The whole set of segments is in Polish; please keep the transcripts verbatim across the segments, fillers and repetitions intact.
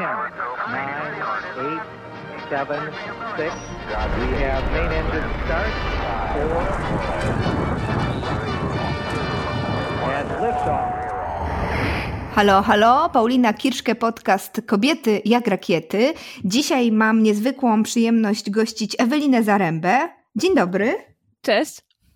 nine, eight, seven, six. We have main engine start. four. And liftoff. Halo, halo, Paulina Kirszke, podcast Kobiety jak rakiety. Dzisiaj mam niezwykłą przyjemność gościć Ewelinę Zarębę. Dzień dobry. Cześć.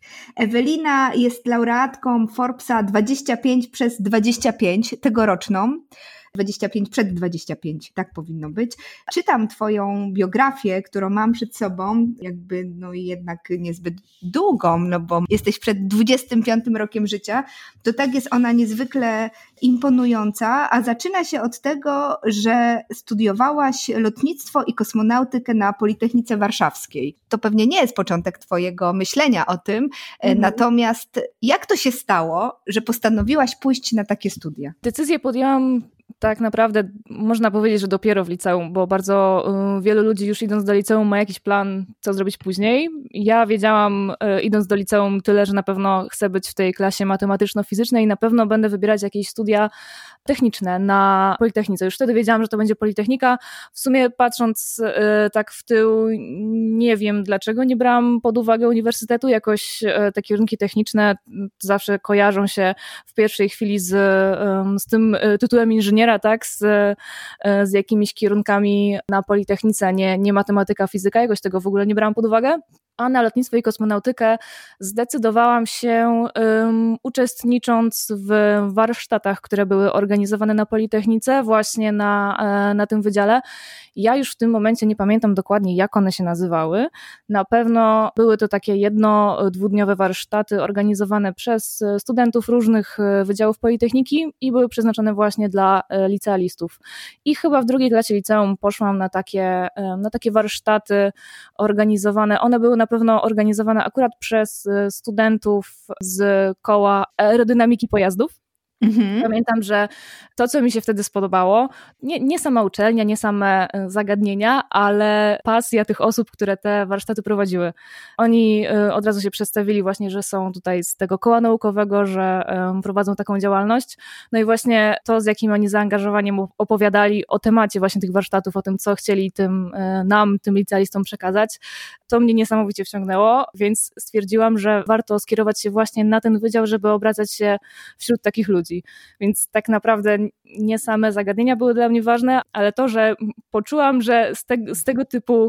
Ewelina jest laureatką Forbesa dwadzieścia pięć przez dwadzieścia pięć, tegoroczną. dwadzieścia pięć przed dwadzieścia pięć, tak powinno być. Czytam twoją biografię, którą mam przed sobą, jakby no jednak niezbyt długą, no bo jesteś przed dwudziestym piątym rokiem życia, to tak jest ona niezwykle imponująca, a zaczyna się od tego, że studiowałaś lotnictwo i kosmonautykę na Politechnice Warszawskiej. To pewnie nie jest początek twojego myślenia o tym, mhm. Natomiast jak to się stało, że postanowiłaś pójść na takie studia? Decyzję podjęłam tak naprawdę, można powiedzieć, że dopiero w liceum, bo bardzo y, wielu ludzi już idąc do liceum ma jakiś plan, co zrobić później. Ja wiedziałam, y, idąc do liceum, tyle, że na pewno chcę być w tej klasie matematyczno-fizycznej i na pewno będę wybierać jakieś studia techniczne na Politechnice. Już wtedy wiedziałam, że to będzie Politechnika. W sumie patrząc y, tak w tył, nie wiem dlaczego nie brałam pod uwagę uniwersytetu. Jakoś y, te kierunki techniczne zawsze kojarzą się w pierwszej chwili z, y, z tym y, tytułem inżyniera, tak, z, z jakimiś kierunkami na Politechnice, nie, nie matematyka, fizyka, jakoś tego w ogóle nie brałam pod uwagę. A na lotnictwo i kosmonautykę zdecydowałam się um, uczestnicząc w warsztatach, które były organizowane na Politechnice, właśnie na, na tym wydziale. Ja już w tym momencie nie pamiętam dokładnie, jak one się nazywały. Na pewno były to takie jedno, dwudniowe warsztaty organizowane przez studentów różnych wydziałów Politechniki i były przeznaczone właśnie dla licealistów. I chyba w drugiej klasie liceum poszłam na takie, na takie warsztaty organizowane. One były na pewno organizowane akurat przez studentów z koła aerodynamiki pojazdów. Mhm. Pamiętam, że to, co mi się wtedy spodobało, nie, nie sama uczelnia, nie same zagadnienia, ale pasja tych osób, które te warsztaty prowadziły. Oni od razu się przedstawili właśnie, że są tutaj z tego koła naukowego, że prowadzą taką działalność. No i właśnie to, z jakim oni zaangażowaniem opowiadali o temacie właśnie tych warsztatów, o tym, co chcieli tym nam, tym licealistom przekazać, to mnie niesamowicie wciągnęło, więc stwierdziłam, że warto skierować się właśnie na ten wydział, żeby obracać się wśród takich ludzi. Więc tak naprawdę nie same zagadnienia były dla mnie ważne, ale to, że poczułam, że z, te, z tego typu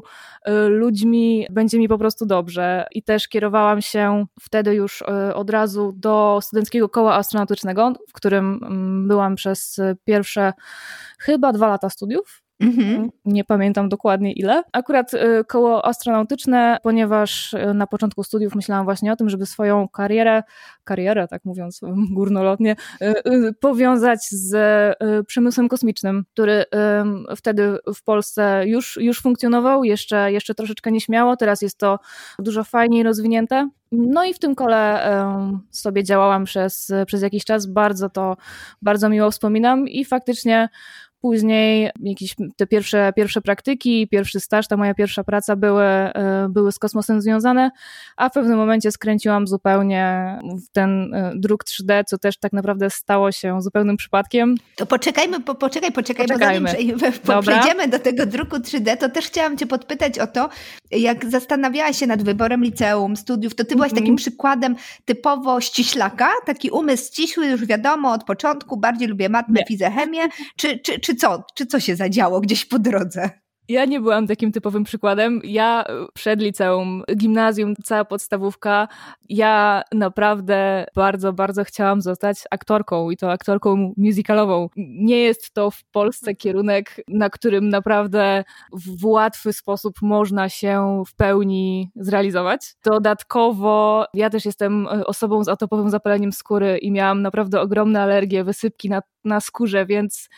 ludźmi będzie mi po prostu dobrze i też kierowałam się wtedy już od razu do Studenckiego Koła Astronautycznego, w którym byłam przez pierwsze chyba dwa lata studiów. Mhm. Nie pamiętam dokładnie ile. Akurat koło astronautyczne, ponieważ na początku studiów myślałam właśnie o tym, żeby swoją karierę, karierę tak mówiąc górnolotnie, powiązać z przemysłem kosmicznym, który wtedy w Polsce już, już funkcjonował, jeszcze, jeszcze troszeczkę nieśmiało, teraz jest to dużo fajniej rozwinięte. No i w tym kole sobie działałam przez, przez jakiś czas, bardzo to, bardzo miło wspominam i faktycznie później jakieś te pierwsze, pierwsze praktyki, pierwszy staż, ta moja pierwsza praca były, były z kosmosem związane, a w pewnym momencie skręciłam zupełnie w ten druk trzy D, co też tak naprawdę stało się zupełnym przypadkiem. To poczekajmy, po, poczekaj, poczekaj, Poczekajmy. bo zanim po, przejdziemy do tego druku trzy D, to też chciałam cię podpytać o to, jak zastanawiałaś się nad wyborem liceum, studiów, to ty byłaś mm-hmm. takim przykładem typowo ściślaka, taki umysł ścisły, już wiadomo od początku, bardziej lubię matmę, fizę, chemię, czy, czy, czy co? Czy co się zadziało gdzieś po drodze? Ja nie byłam takim typowym przykładem. Ja przed liceum, gimnazjum, cała podstawówka, ja naprawdę bardzo, bardzo chciałam zostać aktorką i to aktorką musicalową. Nie jest to w Polsce kierunek, na którym naprawdę w łatwy sposób można się w pełni zrealizować. Dodatkowo ja też jestem osobą z atopowym zapaleniem skóry i miałam naprawdę ogromne alergie, wysypki na, na skórze, więc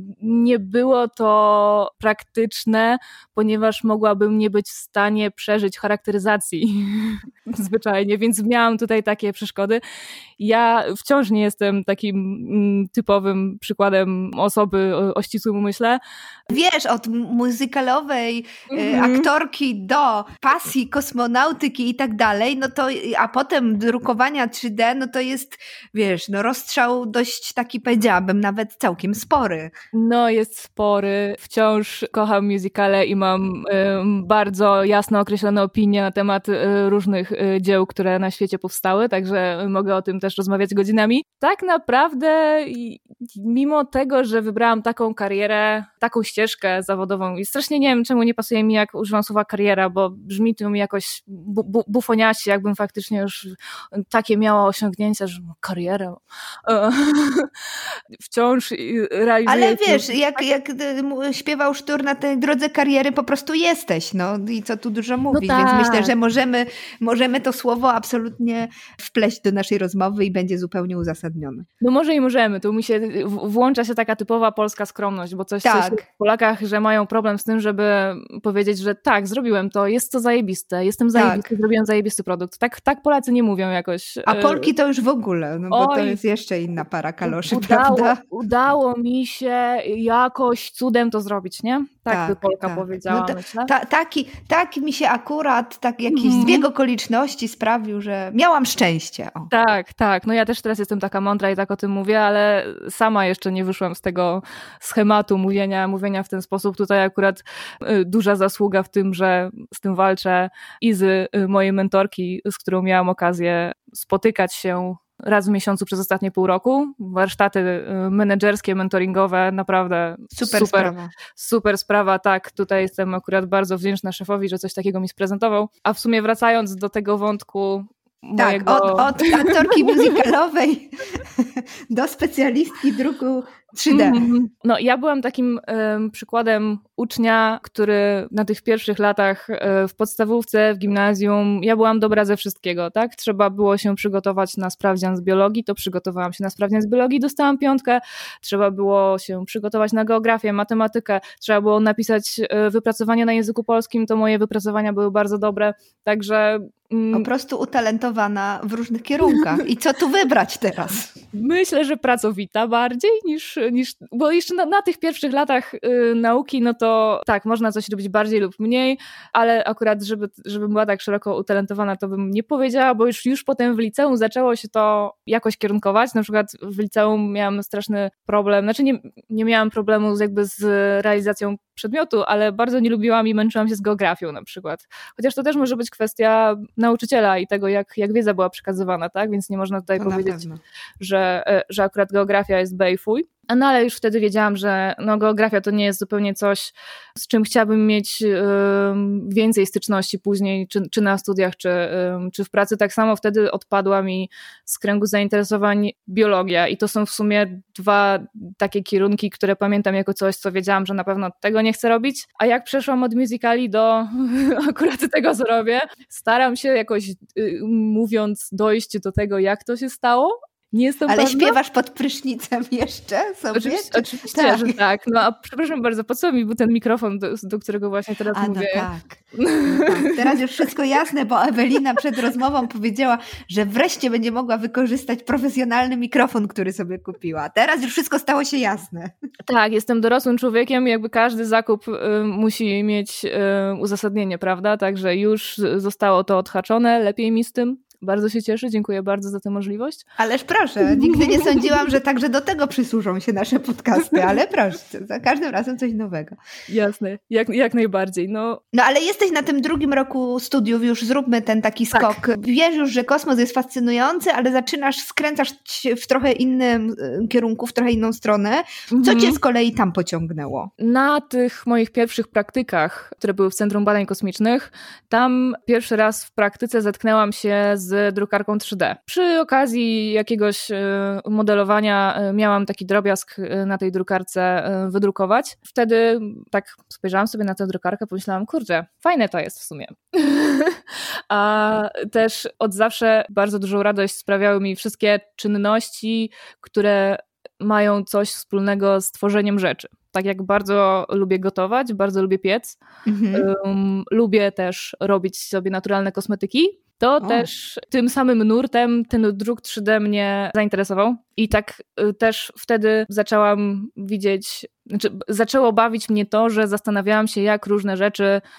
nie było to praktyczne, ponieważ mogłabym nie być w stanie przeżyć charakteryzacji zwyczajnie, więc miałam tutaj takie przeszkody. Ja wciąż nie jestem takim typowym przykładem osoby o, o ścisłym umyśle. Wiesz, od muzykalowej mm-hmm. aktorki do pasji kosmonautyki i tak dalej, no to, a potem drukowania trzy D, no to jest, wiesz, no rozstrzał dość taki, powiedziałabym, całkiem, nawet całkiem spory. No jest spory, wciąż kocham musicale i mam y, bardzo jasno określone opinie na temat y, różnych y, dzieł, które na świecie powstały, także mogę o tym też rozmawiać godzinami. Tak naprawdę i, mimo tego, że wybrałam taką karierę, taką ścieżkę zawodową i strasznie nie wiem, czemu nie pasuje mi, jak używam słowa kariera, bo brzmi to mi jakoś bu- bu- bufoniaście, jakbym faktycznie już takie miała osiągnięcia, że karierę. Wciąż realizuję... Ale wiesz, jak, jak śpiewał Sztur, na tej drodze kariery po prostu jesteś, no i co tu dużo mówić, no tak. Więc myślę, że możemy, możemy to słowo absolutnie wpleść do naszej rozmowy i będzie zupełnie uzasadnione. No może i możemy, tu mi się włącza się taka typowa polska skromność, bo coś, tak. coś w Polakach, że mają problem z tym, żeby powiedzieć, że tak, zrobiłem to, jest to zajebiste, jestem zajebisty, tak. zrobiłem zajebisty produkt. Tak, tak Polacy nie mówią jakoś. A Polki to już w ogóle, no bo Oj, to jest jeszcze inna para kaloszy, udało, prawda? Udało mi się jakoś cudem to zrobić, nie? Tak, tak by Polka tak. powiedziała, no to, myślę. Ta, taki, taki mi się akurat, tak jakiś mm. zbieg okoliczności sprawił, że miałam szczęście. O. Tak, tak. No ja też teraz jestem taka mądra i tak o tym mówię, ale sama jeszcze nie wyszłam z tego schematu mówienia, mówienia w ten sposób. Tutaj akurat y, duża zasługa w tym, że z tym walczę Izy, y, mojej mentorki, z którą miałam okazję spotykać się raz w miesiącu przez ostatnie pół roku. Warsztaty menedżerskie, mentoringowe, naprawdę super, super sprawa. Super sprawa, tak. Tutaj jestem akurat bardzo wdzięczna szefowi, że coś takiego mi sprezentował. A w sumie wracając do tego wątku tak, mojego... od, od aktorki musicalowej do specjalistki druku trzy D. No ja byłam takim um, przykładem ucznia, który na tych pierwszych latach um, w podstawówce, w gimnazjum, ja byłam dobra ze wszystkiego, tak? Trzeba było się przygotować na sprawdzian z biologii, to przygotowałam się na sprawdzian z biologii, dostałam piątkę. Trzeba było się przygotować na geografię, matematykę, trzeba było napisać um, wypracowanie na języku polskim, to moje wypracowania były bardzo dobre, także... Po prostu utalentowana w różnych kierunkach. I co tu wybrać teraz? Myślę, że pracowita bardziej niż, niż bo jeszcze na, na tych pierwszych latach y, nauki, no to tak, można coś robić bardziej lub mniej, ale akurat, żeby, żeby była tak szeroko utalentowana, to bym nie powiedziała, bo już, już potem w liceum zaczęło się to jakoś kierunkować. Na przykład w liceum miałam straszny problem, znaczy nie, nie miałam problemu z, jakby z realizacją przedmiotu, ale bardzo nie lubiłam i męczyłam się z geografią na przykład. Chociaż to też może być kwestia nauczyciela i tego, jak, jak wiedza była przekazywana, tak? Więc nie można tutaj to powiedzieć, że, że akurat geografia jest bej fuj. No ale już wtedy wiedziałam, że no, geografia to nie jest zupełnie coś, z czym chciałabym mieć y, więcej styczności później, czy, czy na studiach, czy, y, czy w pracy. Tak samo wtedy odpadła mi z kręgu zainteresowań biologia i to są w sumie dwa takie kierunki, które pamiętam jako coś, co wiedziałam, że na pewno tego nie chcę robić. A jak przeszłam od musicali do akurat tego, co robię, staram się jakoś y, mówiąc dojść do tego, jak to się stało. Nie jestem Ale pewna. śpiewasz pod prysznicem jeszcze sobie? Oczywiście, czy... oczywiście tak. że tak. No a przepraszam bardzo, po co mi był ten mikrofon, do, do którego właśnie teraz a, mówię? No tak. No tak. Teraz już wszystko jasne, bo Ewelina przed rozmową powiedziała, że wreszcie będzie mogła wykorzystać profesjonalny mikrofon, który sobie kupiła. Teraz już wszystko stało się jasne. Tak, jestem dorosłym człowiekiem i jakby każdy zakup y, musi mieć y, uzasadnienie, prawda? Także już zostało to odhaczone, lepiej mi z tym. Bardzo się cieszę, dziękuję bardzo za tę możliwość. Ależ proszę, nigdy nie sądziłam, że także do tego przysłużą się nasze podcasty, ale proszę, za każdym razem coś nowego. Jasne, jak, jak najbardziej. No. no ale jesteś na tym drugim roku studiów, już zróbmy ten taki skok. Tak. Wiesz już, że kosmos jest fascynujący, ale zaczynasz, skręcasz w trochę innym kierunku, w trochę inną stronę. Co mhm. cię z kolei tam pociągnęło? Na tych moich pierwszych praktykach, które były w Centrum Badań Kosmicznych, tam pierwszy raz w praktyce zetknęłam się z z drukarką trzy D. Przy okazji jakiegoś modelowania miałam taki drobiazg na tej drukarce wydrukować. Wtedy tak spojrzałam sobie na tę drukarkę, pomyślałam, kurczę, fajne to jest w sumie. A też od zawsze bardzo dużą radość sprawiały mi wszystkie czynności, które mają coś wspólnego z tworzeniem rzeczy. Tak jak bardzo lubię gotować, bardzo lubię piec, mhm. um, lubię też robić sobie naturalne kosmetyki, to o. też tym samym nurtem ten druk trzy D mnie zainteresował i tak y, też wtedy zaczęłam widzieć, znaczy zaczęło bawić mnie to, że zastanawiałam się, jak różne rzeczy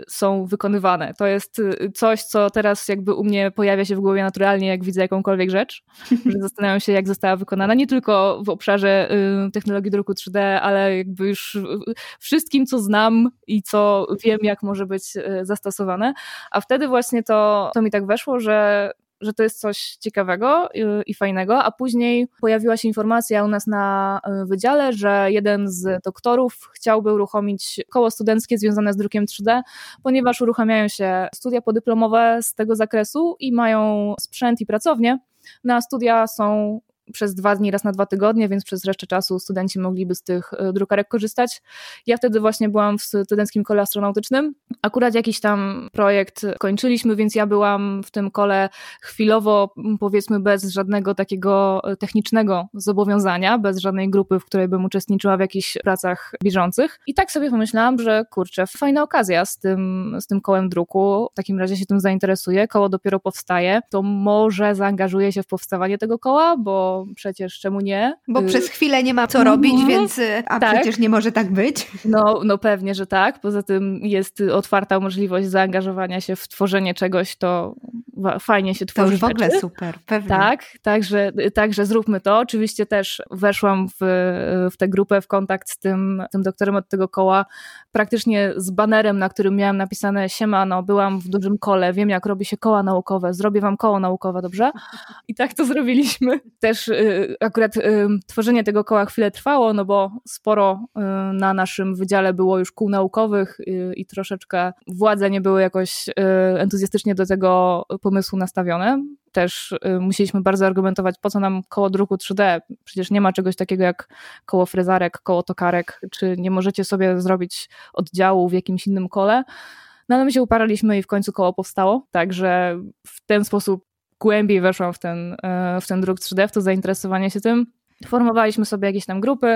są wykonywane. To jest coś, co teraz jakby u mnie pojawia się w głowie naturalnie, jak widzę jakąkolwiek rzecz, że zastanawiam się, jak została wykonana, nie tylko w obszarze technologii druku trzy D, ale jakby już wszystkim, co znam i co wiem, jak może być zastosowane. A wtedy właśnie to, to mi tak weszło, że że to jest coś ciekawego i fajnego, a później pojawiła się informacja u nas na wydziale, że jeden z doktorów chciałby uruchomić koło studenckie związane z drukiem trzy D, ponieważ uruchamiają się studia podyplomowe z tego zakresu i mają sprzęt i pracownię. Na studia są przez dwa dni, raz na dwa tygodnie, więc przez resztę czasu studenci mogliby z tych drukarek korzystać. Ja wtedy właśnie byłam w studenckim kole astronautycznym. Akurat jakiś tam projekt kończyliśmy, więc ja byłam w tym kole chwilowo, powiedzmy, bez żadnego takiego technicznego zobowiązania, bez żadnej grupy, w której bym uczestniczyła w jakichś pracach bieżących. I tak sobie pomyślałam, że kurczę, fajna okazja z tym, z tym kołem druku. W takim razie się tym zainteresuję. Koło dopiero powstaje. To może zaangażuję się w powstawanie tego koła, bo przecież czemu nie? Bo przez chwilę nie ma co robić, mm-hmm. więc a tak. Przecież nie może tak być. No, no pewnie, że tak. Poza tym jest otwarta możliwość zaangażowania się w tworzenie czegoś, to fajnie się tworzy. To już w ogóle rzeczy. super, pewnie. Tak, także, także zróbmy to. Oczywiście też weszłam w, w tę grupę, w kontakt z tym, tym doktorem od tego koła, praktycznie z banerem, na którym miałam napisane: siemano, byłam w dużym kole, wiem jak robi się koła naukowe, zrobię wam koło naukowe, dobrze? I tak to zrobiliśmy. Też y, akurat y, tworzenie tego koła chwilę trwało, no bo sporo y, na naszym wydziale było już kół naukowych y, i troszeczkę władze nie były jakoś y, entuzjastycznie do tego pomysłu nastawione. Też y, musieliśmy bardzo argumentować, po co nam koło druku trzy D. Przecież nie ma czegoś takiego jak koło frezarek, koło tokarek, czy nie możecie sobie zrobić oddziału w jakimś innym kole. No ale my się uparliśmy i w końcu koło powstało, także w ten sposób głębiej weszłam w ten, w ten druk trzy D, w to zainteresowanie się tym. Formowaliśmy sobie jakieś tam grupy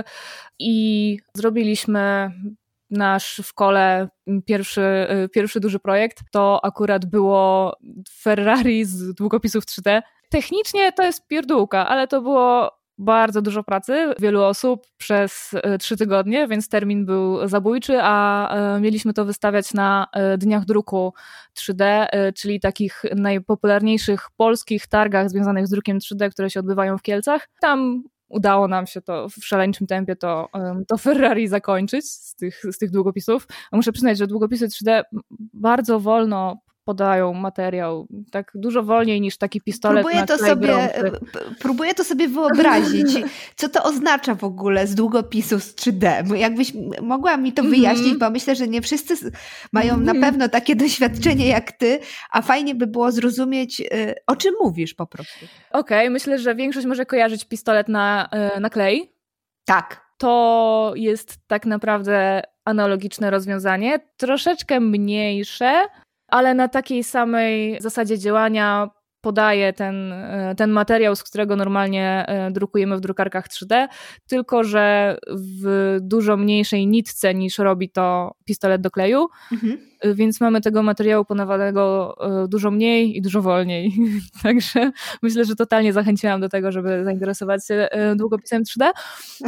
i zrobiliśmy nasz w kole pierwszy, pierwszy duży projekt. To akurat było Ferrari z długopisów trzy D. Technicznie to jest pierdółka, ale to było bardzo dużo pracy, wielu osób przez trzy tygodnie, więc termin był zabójczy, a mieliśmy to wystawiać na dniach druku trzy D, czyli takich najpopularniejszych polskich targach związanych z drukiem trzy D, które się odbywają w Kielcach. Tam udało nam się to w szaleńczym tempie to, to Ferrari zakończyć z tych, z tych długopisów. A muszę przyznać, że długopisy trzy D bardzo wolno podają materiał, tak dużo wolniej niż taki pistolet. Próbuję na to sobie, próbuję to sobie wyobrazić, co to oznacza w ogóle z długopisu z trzy D. Jakbyś mogła mi to wyjaśnić, mm-hmm. bo myślę, że nie wszyscy mają mm-hmm. na pewno takie doświadczenie jak ty, a fajnie by było zrozumieć, o czym mówisz po prostu. Okej, okay, myślę, że większość może kojarzyć pistolet na, na klej. Tak. To jest tak naprawdę analogiczne rozwiązanie, troszeczkę mniejsze, ale na takiej samej zasadzie działania podaje ten, ten materiał, z którego normalnie drukujemy w drukarkach trzy D, tylko że w dużo mniejszej nitce niż robi to pistolet do kleju, mhm. więc mamy tego materiału podawanego dużo mniej i dużo wolniej. Także myślę, że totalnie zachęciłam do tego, żeby zainteresować się długopisem trzy D.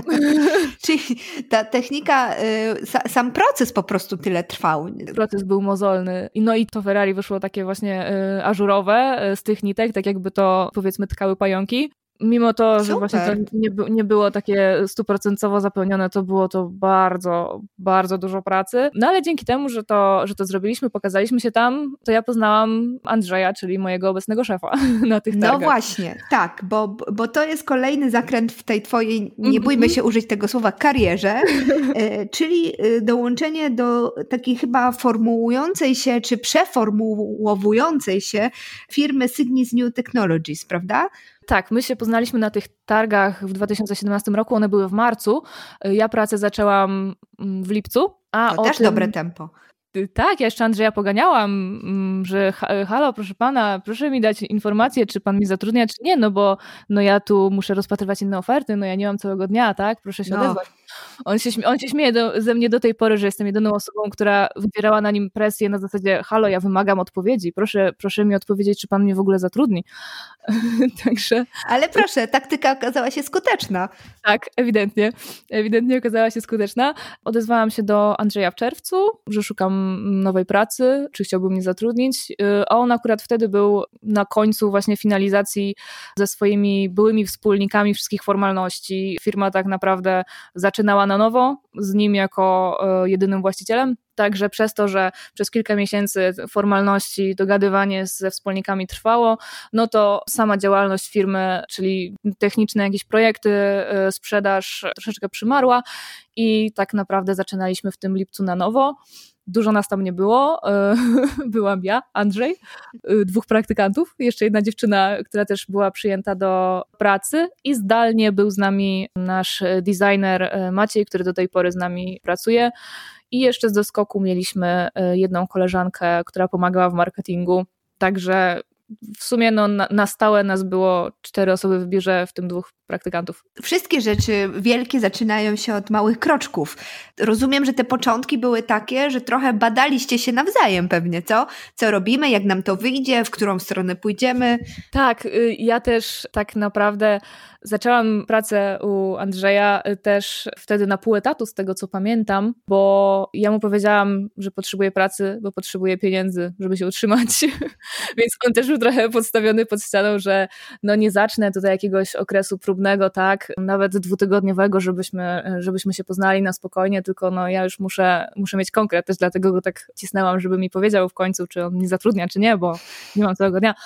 Czyli ta technika, sam proces po prostu tyle trwał. Proces był mozolny. No i to Ferrari wyszło takie właśnie ażurowe z tych nitek, tak jakby to powiedzmy tkały pająki. Mimo to, że Super. właśnie to nie, nie było takie stuprocentowo zapełnione, to było to bardzo, bardzo dużo pracy. No ale dzięki temu, że to, że to zrobiliśmy, pokazaliśmy się tam, to ja poznałam Andrzeja, czyli mojego obecnego szefa na tych targach. No właśnie, tak, bo, bo to jest kolejny zakręt w tej twojej, nie bójmy się użyć tego słowa, karierze, czyli dołączenie do takiej chyba formułującej się, czy przeformułowującej się firmy Cygnis New Technologies, prawda? Tak, my się poznaliśmy na tych targach w dwa tysiące siedemnastym roku, one były w marcu. Ja pracę zaczęłam w lipcu. A to też tym... dobre tempo. Tak, ja jeszcze Andrzeja poganiałam, że halo, proszę pana, proszę mi dać informację, czy pan mi zatrudnia, czy nie, no bo no ja tu muszę rozpatrywać inne oferty, no ja nie mam całego dnia, tak, proszę się no. odezwać. On się, on się śmieje do, ze mnie do tej pory, że jestem jedyną osobą, która wywierała na nim presję na zasadzie halo, ja wymagam odpowiedzi, proszę, proszę mi odpowiedzieć, czy pan mnie w ogóle zatrudni. Także... Ale proszę, taktyka okazała się skuteczna. Tak, ewidentnie. Ewidentnie okazała się skuteczna. Odezwałam się do Andrzeja w czerwcu, że szukam nowej pracy, czy chciałby mnie zatrudnić, a on akurat wtedy był na końcu właśnie finalizacji ze swoimi byłymi wspólnikami wszystkich formalności. Firma tak naprawdę zaczynała na nowo, z nim jako jedynym właścicielem. Także przez to, że przez kilka miesięcy formalności, dogadywanie ze wspólnikami trwało, no to sama działalność firmy, czyli techniczne jakieś projekty, sprzedaż troszeczkę przymarła i tak naprawdę zaczynaliśmy w tym lipcu na nowo. Dużo nas tam nie było, byłam ja, Andrzej, dwóch praktykantów, jeszcze jedna dziewczyna, która też była przyjęta do pracy i zdalnie był z nami nasz designer Maciej, który do tej pory z nami pracuje. I jeszcze z doskoku mieliśmy jedną koleżankę, która pomagała w marketingu, także w sumie no, na, na stałe nas było cztery osoby w biurze, w tym dwóch praktykantów. Wszystkie rzeczy wielkie zaczynają się od małych kroczków. Rozumiem, że te początki były takie, że trochę badaliście się nawzajem pewnie, co? Co robimy, jak nam to wyjdzie, w którą stronę pójdziemy? Tak, ja też tak naprawdę zaczęłam pracę u Andrzeja też wtedy na pół etatu, z tego co pamiętam, bo ja mu powiedziałam, że potrzebuję pracy, bo potrzebuję pieniędzy, żeby się utrzymać. Więc on też był trochę podstawiony pod ścianą, że no nie zacznę tutaj jakiegoś okresu próbnego, tak, nawet dwutygodniowego, żebyśmy, żebyśmy się poznali na spokojnie, tylko no ja już muszę, muszę mieć konkret, też dlatego go tak cisnęłam, żeby mi powiedział w końcu, czy on mnie zatrudnia, czy nie, bo nie mam całego dnia.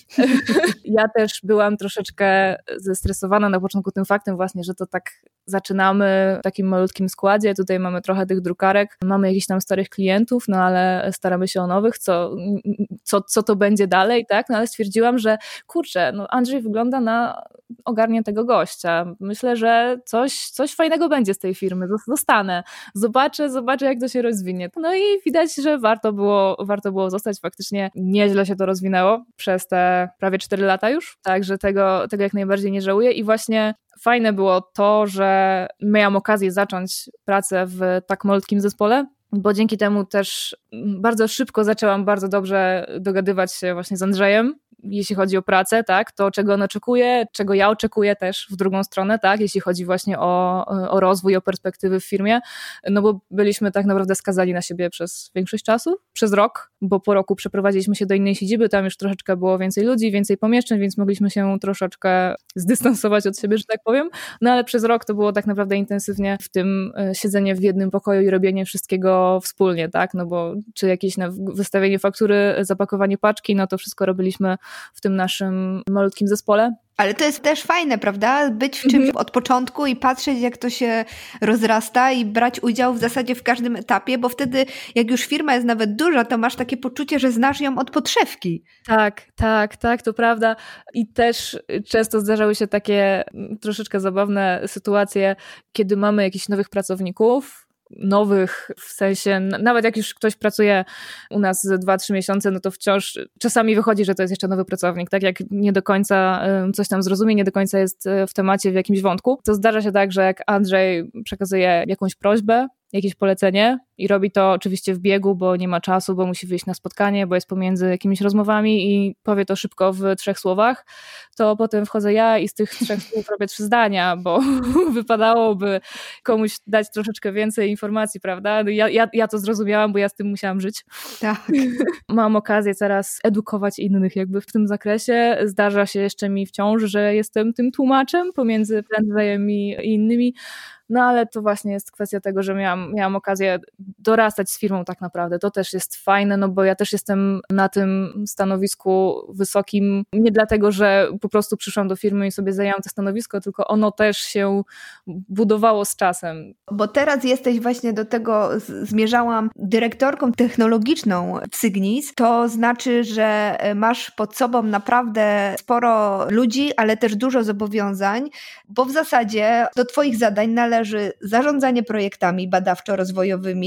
Ja też byłam troszeczkę zestresowana na początku tym faktem właśnie, że to tak zaczynamy w takim malutkim składzie, tutaj mamy trochę tych drukarek, mamy jakichś tam starych klientów, no ale staramy się o nowych, co, co, co to będzie dalej, tak, no ale stwierdziłam, że kurczę, no Andrzej wygląda na ogarniętego gościa, myślę, że coś, coś fajnego będzie z tej firmy, zostanę, zobaczę, zobaczę jak to się rozwinie, no i widać, że warto było, warto było zostać, faktycznie nieźle się to rozwinęło przez te prawie cztery lata już, także tego, tego jak najbardziej nie żałuję i właśnie fajne było to, że miałam okazję zacząć pracę w tak malutkim zespole, bo dzięki temu też bardzo szybko zaczęłam bardzo dobrze dogadywać się właśnie z Andrzejem, jeśli chodzi o pracę, tak, to czego on oczekuje, czego ja oczekuję też w drugą stronę, tak, jeśli chodzi właśnie o, o rozwój, o perspektywy w firmie, no bo byliśmy tak naprawdę skazani na siebie przez większość czasu, przez rok, bo po roku przeprowadziliśmy się do innej siedziby, tam już troszeczkę było więcej ludzi, więcej pomieszczeń, więc mogliśmy się troszeczkę zdystansować od siebie, że tak powiem, no ale przez rok to było tak naprawdę intensywnie w tym siedzenie w jednym pokoju i robienie wszystkiego wspólnie, tak, no bo czy jakieś wystawienie faktury, zapakowanie paczki, no to wszystko robiliśmy w tym naszym malutkim zespole. Ale to jest też fajne, prawda? Być w czymś od początku i patrzeć, jak to się rozrasta i brać udział w zasadzie w każdym etapie, bo wtedy, jak już firma jest nawet duża, to masz takie poczucie, że znasz ją od podszewki. Tak, tak, tak, to prawda. I też często zdarzały się takie troszeczkę zabawne sytuacje, kiedy mamy jakichś nowych pracowników, nowych, w sensie nawet jak już ktoś pracuje u nas dwa trzy miesiące, no to wciąż czasami wychodzi, że to jest jeszcze nowy pracownik, tak jak nie do końca coś tam zrozumie, nie do końca jest w temacie w jakimś wątku, to zdarza się tak, że jak Andrzej przekazuje jakąś prośbę, jakieś polecenie i robi to oczywiście w biegu, bo nie ma czasu, bo musi wyjść na spotkanie, bo jest pomiędzy jakimiś rozmowami i powie to szybko w trzech słowach, to potem wchodzę ja i z tych trzech słów robię trzy zdania, bo wypadałoby komuś dać troszeczkę więcej informacji, prawda? Ja, ja, ja to zrozumiałam, bo ja z tym musiałam żyć. Tak. Mam okazję teraz edukować innych jakby w tym zakresie. Zdarza się jeszcze mi wciąż, że jestem tym tłumaczem pomiędzy Andrzejem i innymi. No ale to właśnie jest kwestia tego, że miałam, miałam okazję dorastać z firmą tak naprawdę. To też jest fajne, no bo ja też jestem na tym stanowisku wysokim nie dlatego, że po prostu przyszłam do firmy i sobie zajęłam to stanowisko, tylko ono też się budowało z czasem. Bo teraz jesteś właśnie do tego, zmierzałam dyrektorką technologiczną w Cygnis, to znaczy, że masz pod sobą naprawdę sporo ludzi, ale też dużo zobowiązań, bo w zasadzie do twoich zadań należy zarządzanie projektami badawczo-rozwojowymi,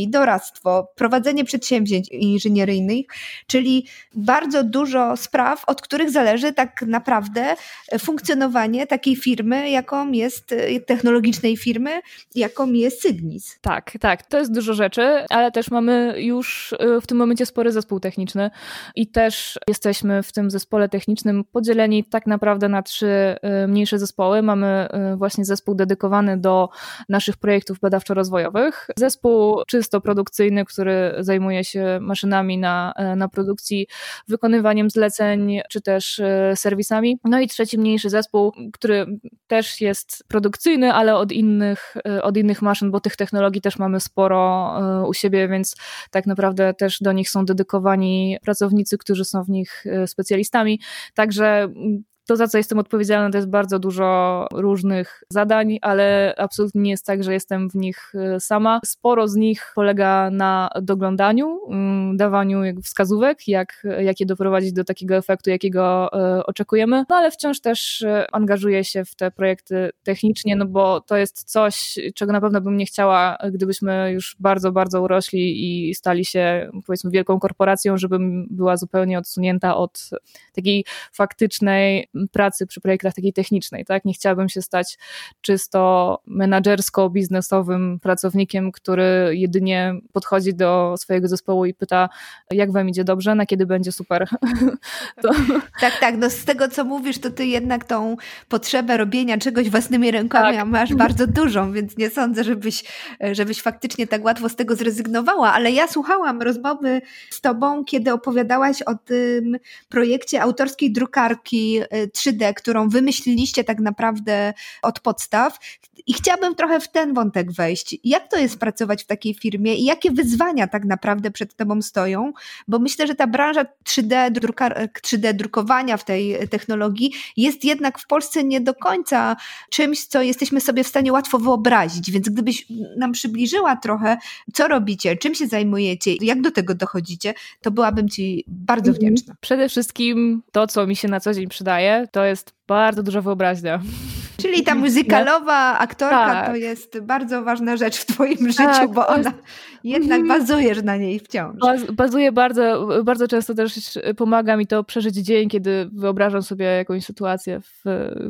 technologii, doradztwo, prowadzenie przedsięwzięć inżynieryjnych, czyli bardzo dużo spraw, od których zależy tak naprawdę funkcjonowanie takiej firmy, jaką jest, technologicznej firmy, jaką jest Cygnis. Tak, tak, to jest dużo rzeczy, ale też mamy już w tym momencie spory zespół techniczny i też jesteśmy w tym zespole technicznym podzieleni tak naprawdę na trzy mniejsze zespoły. Mamy właśnie zespół dedykowany do naszych projektów badawczo-rozwojowych, zespół czysto produkcyjny, który zajmuje się maszynami na, na produkcji, wykonywaniem zleceń, czy też serwisami. No i trzeci mniejszy zespół, który też jest produkcyjny, ale od innych, od innych maszyn, bo tych technologii też mamy sporo u siebie, więc tak naprawdę też do nich są dedykowani pracownicy, którzy są w nich specjalistami. Także to, za co jestem odpowiedzialna, to jest bardzo dużo różnych zadań, ale absolutnie nie jest tak, że jestem w nich sama. Sporo z nich polega na doglądaniu, dawaniu wskazówek, jak, jak je doprowadzić do takiego efektu, jakiego oczekujemy, no ale wciąż też angażuję się w te projekty technicznie, no bo to jest coś, czego na pewno bym nie chciała, gdybyśmy już bardzo, bardzo urośli i stali się, powiedzmy, wielką korporacją, żebym była zupełnie odsunięta od takiej faktycznej pracy przy projektach takiej technicznej, tak? Nie chciałabym się stać czysto menadżersko-biznesowym pracownikiem, który jedynie podchodzi do swojego zespołu i pyta, jak wam idzie dobrze, na kiedy będzie super. To... Tak, tak, no z tego co mówisz, to ty jednak tą potrzebę robienia czegoś własnymi rękami tak. masz bardzo dużą, więc nie sądzę, żebyś, żebyś faktycznie tak łatwo z tego zrezygnowała, ale ja słuchałam rozmowy z tobą, kiedy opowiadałaś o tym projekcie autorskiej drukarki trzy D, którą wymyśliliście tak naprawdę od podstaw i chciałabym trochę w ten wątek wejść. Jak to jest pracować w takiej firmie i jakie wyzwania tak naprawdę przed tobą stoją? Bo myślę, że ta branża trzy D, drukar, trzy D drukowania w tej technologii jest jednak w Polsce nie do końca czymś, co jesteśmy sobie w stanie łatwo wyobrazić, więc gdybyś nam przybliżyła trochę, co robicie, czym się zajmujecie, jak do tego dochodzicie, to byłabym ci bardzo wdzięczna. Przede wszystkim to, co mi się na co dzień przydaje, to jest bardzo duża wyobraźnia. Czyli ta muzykalowa aktorka tak. to jest bardzo ważna rzecz w twoim życiu, tak, bo ona jednak bazujesz na niej wciąż. Bazuje bardzo, bardzo często też pomaga mi to przeżyć dzień, kiedy wyobrażam sobie jakąś sytuację w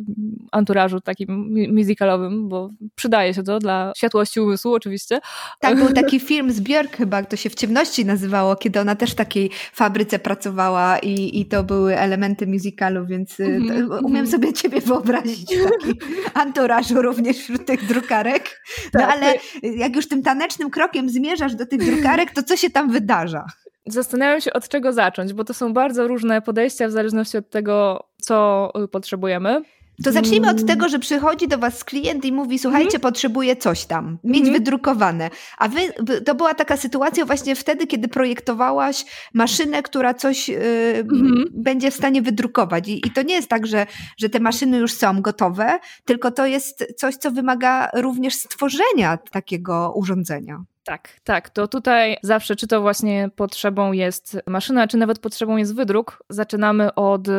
anturażu takim musicalowym, bo przydaje się to dla światłości umysłu oczywiście. Tak, był taki film z Björk chyba, to się W ciemności nazywało, kiedy ona też w takiej fabryce pracowała i, i to były elementy musicalu, więc mm-hmm. umiem sobie ciebie wyobrazić w takim anturażu również wśród tych drukarek. No tak. Ale jak już tym tanecznym krokiem zmierzasz do tych drukarek, to co się tam wydarza? Zastanawiam się, od czego zacząć, bo to są bardzo różne podejścia w zależności od tego, co potrzebujemy. To zacznijmy od tego, że przychodzi do was klient i mówi, słuchajcie, mm. potrzebuję coś tam, mieć mm. wydrukowane. A wy, to była taka sytuacja właśnie wtedy, kiedy projektowałaś maszynę, która coś y, mm. będzie w stanie wydrukować. I, i to nie jest tak, że, że te maszyny już są gotowe, tylko to jest coś, co wymaga również stworzenia takiego urządzenia. Tak, tak. To tutaj zawsze, czy to właśnie potrzebą jest maszyna, czy nawet potrzebą jest wydruk, zaczynamy od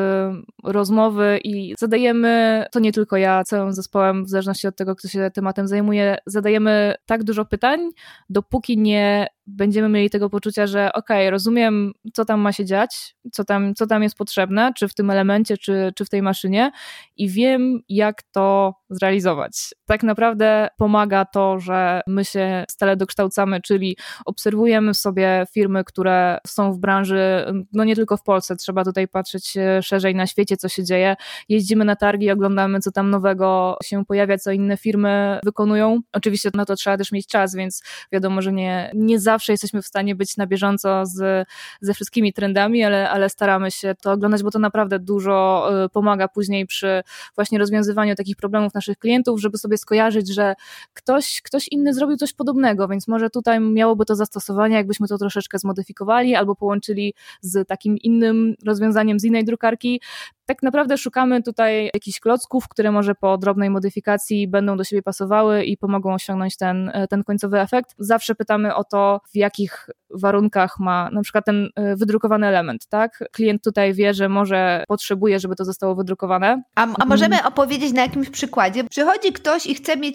rozmowy i zadajemy, to nie tylko ja, całym zespołem, w zależności od tego, kto się tematem zajmuje, zadajemy tak dużo pytań, dopóki nie będziemy mieli tego poczucia, że okej, okay, rozumiem, co tam ma się dziać, co tam, co tam jest potrzebne, czy w tym elemencie, czy, czy w tej maszynie i wiem, jak to zrealizować. Tak naprawdę pomaga to, że my się stale dokształcamy, czyli obserwujemy sobie firmy, które są w branży, no nie tylko w Polsce, trzeba tutaj patrzeć szerzej na świecie, co się dzieje. Jeździmy na targi, oglądamy, co tam nowego się pojawia, co inne firmy wykonują. Oczywiście na to trzeba też mieć czas, więc wiadomo, że nie, nie zawsze jesteśmy w stanie być na bieżąco z, ze wszystkimi trendami, ale, ale staramy się to oglądać, bo to naprawdę dużo pomaga później przy właśnie rozwiązywaniu takich problemów naszych klientów, żeby sobie skojarzyć, że ktoś, ktoś inny zrobił coś podobnego, więc może tutaj miałoby to zastosowanie, jakbyśmy to troszeczkę zmodyfikowali albo połączyli z takim innym rozwiązaniem z innej drukarki. Tak naprawdę szukamy tutaj jakichś klocków, które może po drobnej modyfikacji będą do siebie pasowały i pomogą osiągnąć ten, ten końcowy efekt. Zawsze pytamy o to, w jakich warunkach ma na przykład ten wydrukowany element, tak? Klient tutaj wie, że może potrzebuje, żeby to zostało wydrukowane. A, a możemy opowiedzieć na jakimś przykładzie? Przychodzi ktoś i chce mieć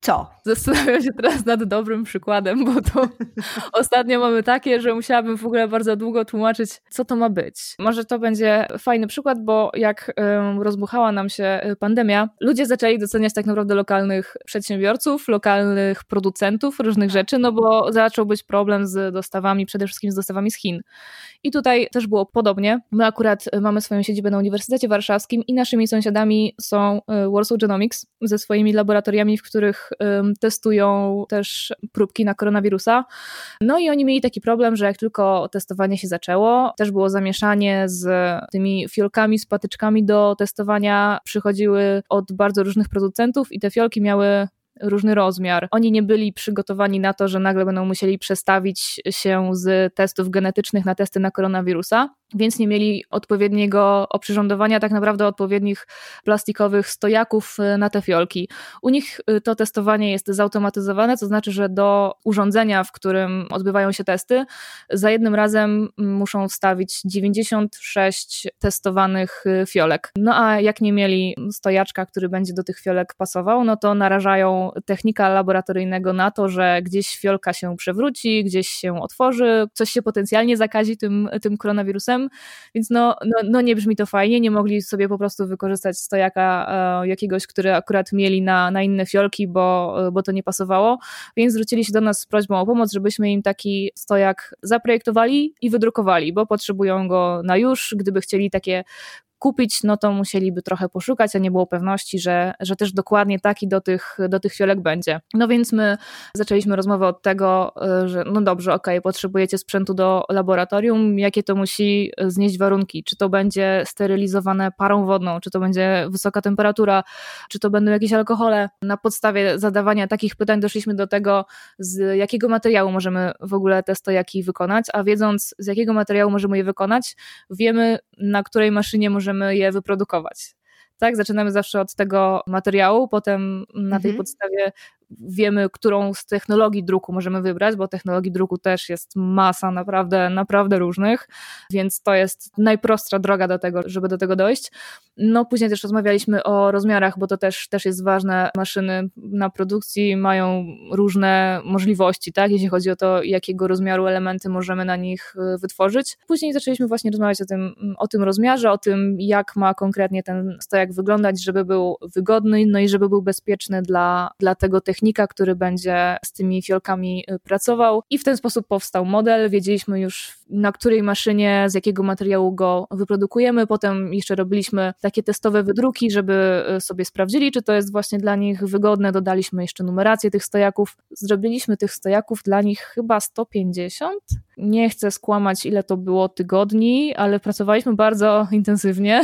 Co? Zastanawiam się teraz nad dobrym przykładem, bo to ostatnio mamy takie, że musiałabym w ogóle bardzo długo tłumaczyć, co to ma być. Może to będzie fajny przykład, bo jak um, rozbuchała nam się pandemia, ludzie zaczęli doceniać tak naprawdę lokalnych przedsiębiorców, lokalnych producentów różnych rzeczy, no bo zaczął być problem z dostawami, przede wszystkim z dostawami z Chin. I tutaj też było podobnie. My akurat mamy swoją siedzibę na Uniwersytecie Warszawskim i naszymi sąsiadami są Warsaw Genomics ze swoimi laboratoriami, w których um, testują też próbki na koronawirusa. No i oni mieli taki problem, że jak tylko testowanie się zaczęło, też było zamieszanie z tymi fiolkami, z patyczkami do testowania, przychodziły od bardzo różnych producentów i te fiolki miały różny rozmiar. Oni nie byli przygotowani na to, że nagle będą musieli przestawić się z testów genetycznych na testy na koronawirusa, więc nie mieli odpowiedniego oprzyrządowania, tak naprawdę odpowiednich plastikowych stojaków na te fiolki. U nich to testowanie jest zautomatyzowane, to znaczy, że do urządzenia, w którym odbywają się testy, za jednym razem muszą wstawić dziewięćdziesiąt sześć testowanych fiolek. No a jak nie mieli stojaczka, który będzie do tych fiolek pasował, no to narażają technika laboratoryjnego na to, że gdzieś fiolka się przewróci, gdzieś się otworzy, coś się potencjalnie zakazi tym, tym koronawirusem, więc no, no, no nie brzmi to fajnie, nie mogli sobie po prostu wykorzystać stojaka e, jakiegoś, który akurat mieli na, na inne fiolki, bo, bo to nie pasowało, więc zwrócili się do nas z prośbą o pomoc, żebyśmy im taki stojak zaprojektowali i wydrukowali, bo potrzebują go na już, gdyby chcieli takie kupić, no to musieliby trochę poszukać, a nie było pewności, że, że też dokładnie taki do tych, do tych fiolek będzie. No więc my zaczęliśmy rozmowę od tego, że no dobrze, okej, okay, potrzebujecie sprzętu do laboratorium, jakie to musi znieść warunki, czy to będzie sterylizowane parą wodną, czy to będzie wysoka temperatura, czy to będą jakieś alkohole. Na podstawie zadawania takich pytań doszliśmy do tego, z jakiego materiału możemy w ogóle te stojaki wykonać, a wiedząc, z jakiego materiału możemy je wykonać, wiemy, na której maszynie możemy je wyprodukować. Tak, zaczynamy zawsze od tego materiału, potem na tej mhm. podstawie wiemy, którą z technologii druku możemy wybrać, bo technologii druku też jest masa naprawdę, naprawdę różnych, więc to jest najprostsza droga do tego, żeby do tego dojść. No później też rozmawialiśmy o rozmiarach, bo to też, też jest ważne. Maszyny na produkcji mają różne możliwości, tak, jeśli chodzi o to, jakiego rozmiaru elementy możemy na nich wytworzyć. Później zaczęliśmy właśnie rozmawiać o tym, o tym rozmiarze, o tym, jak ma konkretnie ten stojak wyglądać, żeby był wygodny, no i żeby był bezpieczny dla, dla tego technika, który będzie z tymi fiolkami pracował. I w ten sposób powstał model. Wiedzieliśmy już, na której maszynie, z jakiego materiału go wyprodukujemy. Potem jeszcze robiliśmy takie testowe wydruki, żeby sobie sprawdzili, czy to jest właśnie dla nich wygodne. Dodaliśmy jeszcze numerację tych stojaków. Zrobiliśmy tych stojaków dla nich chyba sto pięćdziesiąt. Nie chcę skłamać, ile to było tygodni, ale pracowaliśmy bardzo intensywnie.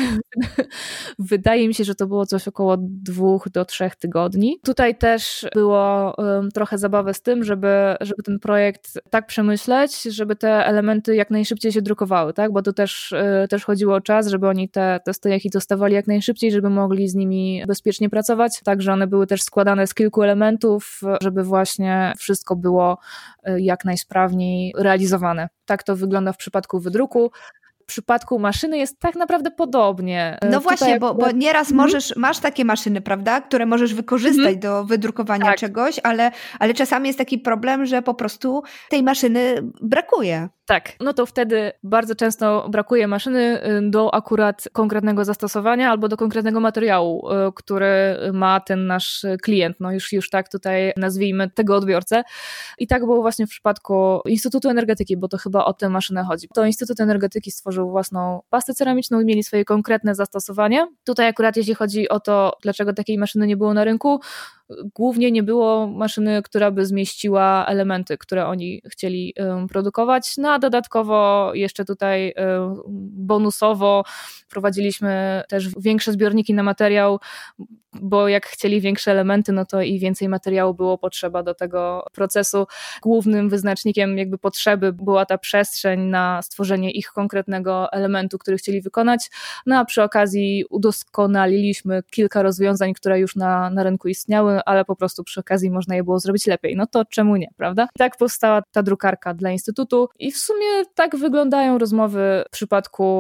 Wydaje mi się, że to było coś około dwóch do trzech tygodni. Tutaj też było um, trochę zabawy z tym, żeby, żeby ten projekt tak przemyśleć, żeby te elementy jak najszybciej się drukowały, tak? Bo to też, y, też chodziło o czas, żeby oni te, te stojaki dostawali jak najszybciej, żeby mogli z nimi bezpiecznie pracować, tak, że one były też składane z kilku elementów, żeby właśnie wszystko było y, jak najsprawniej realizowane. Tak to wygląda w przypadku wydruku. W przypadku maszyny jest tak naprawdę podobnie. No Tutaj właśnie, jak... bo, bo nieraz możesz, masz takie maszyny, prawda, które możesz wykorzystać mm. do wydrukowania tak. czegoś, ale, ale czasami jest taki problem, że po prostu tej maszyny brakuje. Tak, no to wtedy bardzo często brakuje maszyny do akurat konkretnego zastosowania albo do konkretnego materiału, który ma ten nasz klient, no już, już tak tutaj nazwijmy tego odbiorcę. I tak było właśnie w przypadku Instytutu Energetyki, bo to chyba o tę maszynę chodzi. To Instytut Energetyki stworzył własną pastę ceramiczną i mieli swoje konkretne zastosowanie. Tutaj akurat jeśli chodzi o to, dlaczego takiej maszyny nie było na rynku, głównie nie było maszyny, która by zmieściła elementy, które oni chcieli um, produkować, no a dodatkowo jeszcze tutaj um, bonusowo wprowadziliśmy też większe zbiorniki na materiał, bo jak chcieli większe elementy, no to i więcej materiału było potrzeba do tego procesu. Głównym wyznacznikiem jakby potrzeby była ta przestrzeń na stworzenie ich konkretnego elementu, który chcieli wykonać, no a przy okazji udoskonaliliśmy kilka rozwiązań, które już na, na rynku istniały, ale po prostu przy okazji można je było zrobić lepiej. No to czemu nie, prawda? Tak powstała ta drukarka dla Instytutu i w sumie tak wyglądają rozmowy w przypadku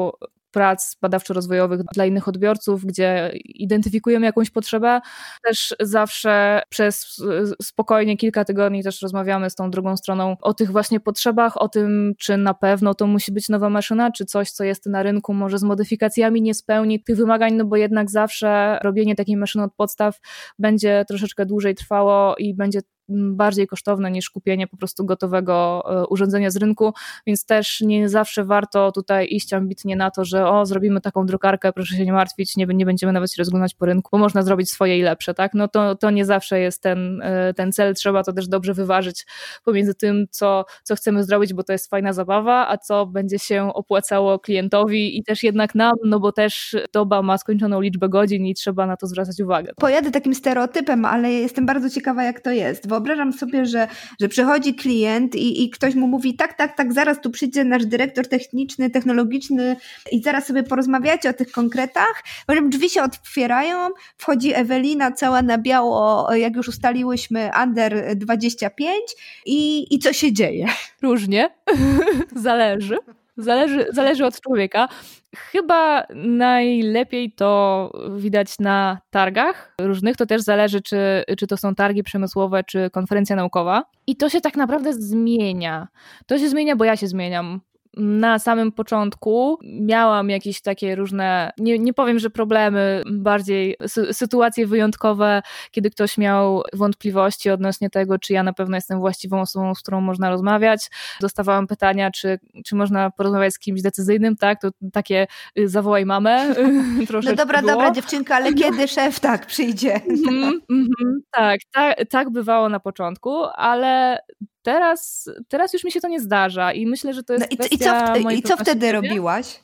prac badawczo-rozwojowych dla innych odbiorców, gdzie identyfikujemy jakąś potrzebę. Też zawsze przez spokojnie kilka tygodni też rozmawiamy z tą drugą stroną o tych właśnie potrzebach, o tym, czy na pewno to musi być nowa maszyna, czy coś, co jest na rynku, może z modyfikacjami nie spełni tych wymagań, no bo jednak zawsze robienie takiej maszyny od podstaw będzie troszeczkę dłużej trwało i będzie bardziej kosztowne niż kupienie po prostu gotowego urządzenia z rynku, więc też nie zawsze warto tutaj iść ambitnie na to, że o, zrobimy taką drukarkę, proszę się nie martwić, nie, nie będziemy nawet się rozglądać po rynku, bo można zrobić swoje i lepsze, tak? No to, to nie zawsze jest ten, ten cel, trzeba to też dobrze wyważyć pomiędzy tym, co, co chcemy zrobić, bo to jest fajna zabawa, a co będzie się opłacało klientowi i też jednak nam, no bo też doba ma skończoną liczbę godzin i trzeba na to zwracać uwagę. Pojadę takim stereotypem, ale jestem bardzo ciekawa, jak to jest. Wyobrażam sobie, że, że przychodzi klient i, i ktoś mu mówi tak, tak, tak, zaraz tu przyjdzie nasz dyrektor techniczny, technologiczny i zaraz sobie porozmawiacie o tych konkretach. Potem drzwi się otwierają, wchodzi Ewelina cała na biało, jak już ustaliłyśmy, under dwadzieścia pięć i, i co się dzieje? Różnie, zależy. Zależy, zależy od człowieka. Chyba najlepiej to widać na targach różnych. To też zależy, czy, czy to są targi przemysłowe, czy konferencja naukowa. I to się tak naprawdę zmienia. To się zmienia, bo ja się zmieniam. Na samym początku miałam jakieś takie różne, nie, nie powiem, że problemy, bardziej sy- sytuacje wyjątkowe, kiedy ktoś miał wątpliwości odnośnie tego, czy ja na pewno jestem właściwą osobą, z którą można rozmawiać. Dostawałam pytania, czy, czy można porozmawiać z kimś decyzyjnym, tak? To takie zawołaj mamę. No dobra, było. dobra dziewczynka, ale kiedy szef tak przyjdzie? Mm-hmm, mm-hmm, tak, tak, tak bywało na początku, ale Teraz, teraz już mi się to nie zdarza i myślę, że to jest no i, i co, w, I co wtedy siebie. robiłaś?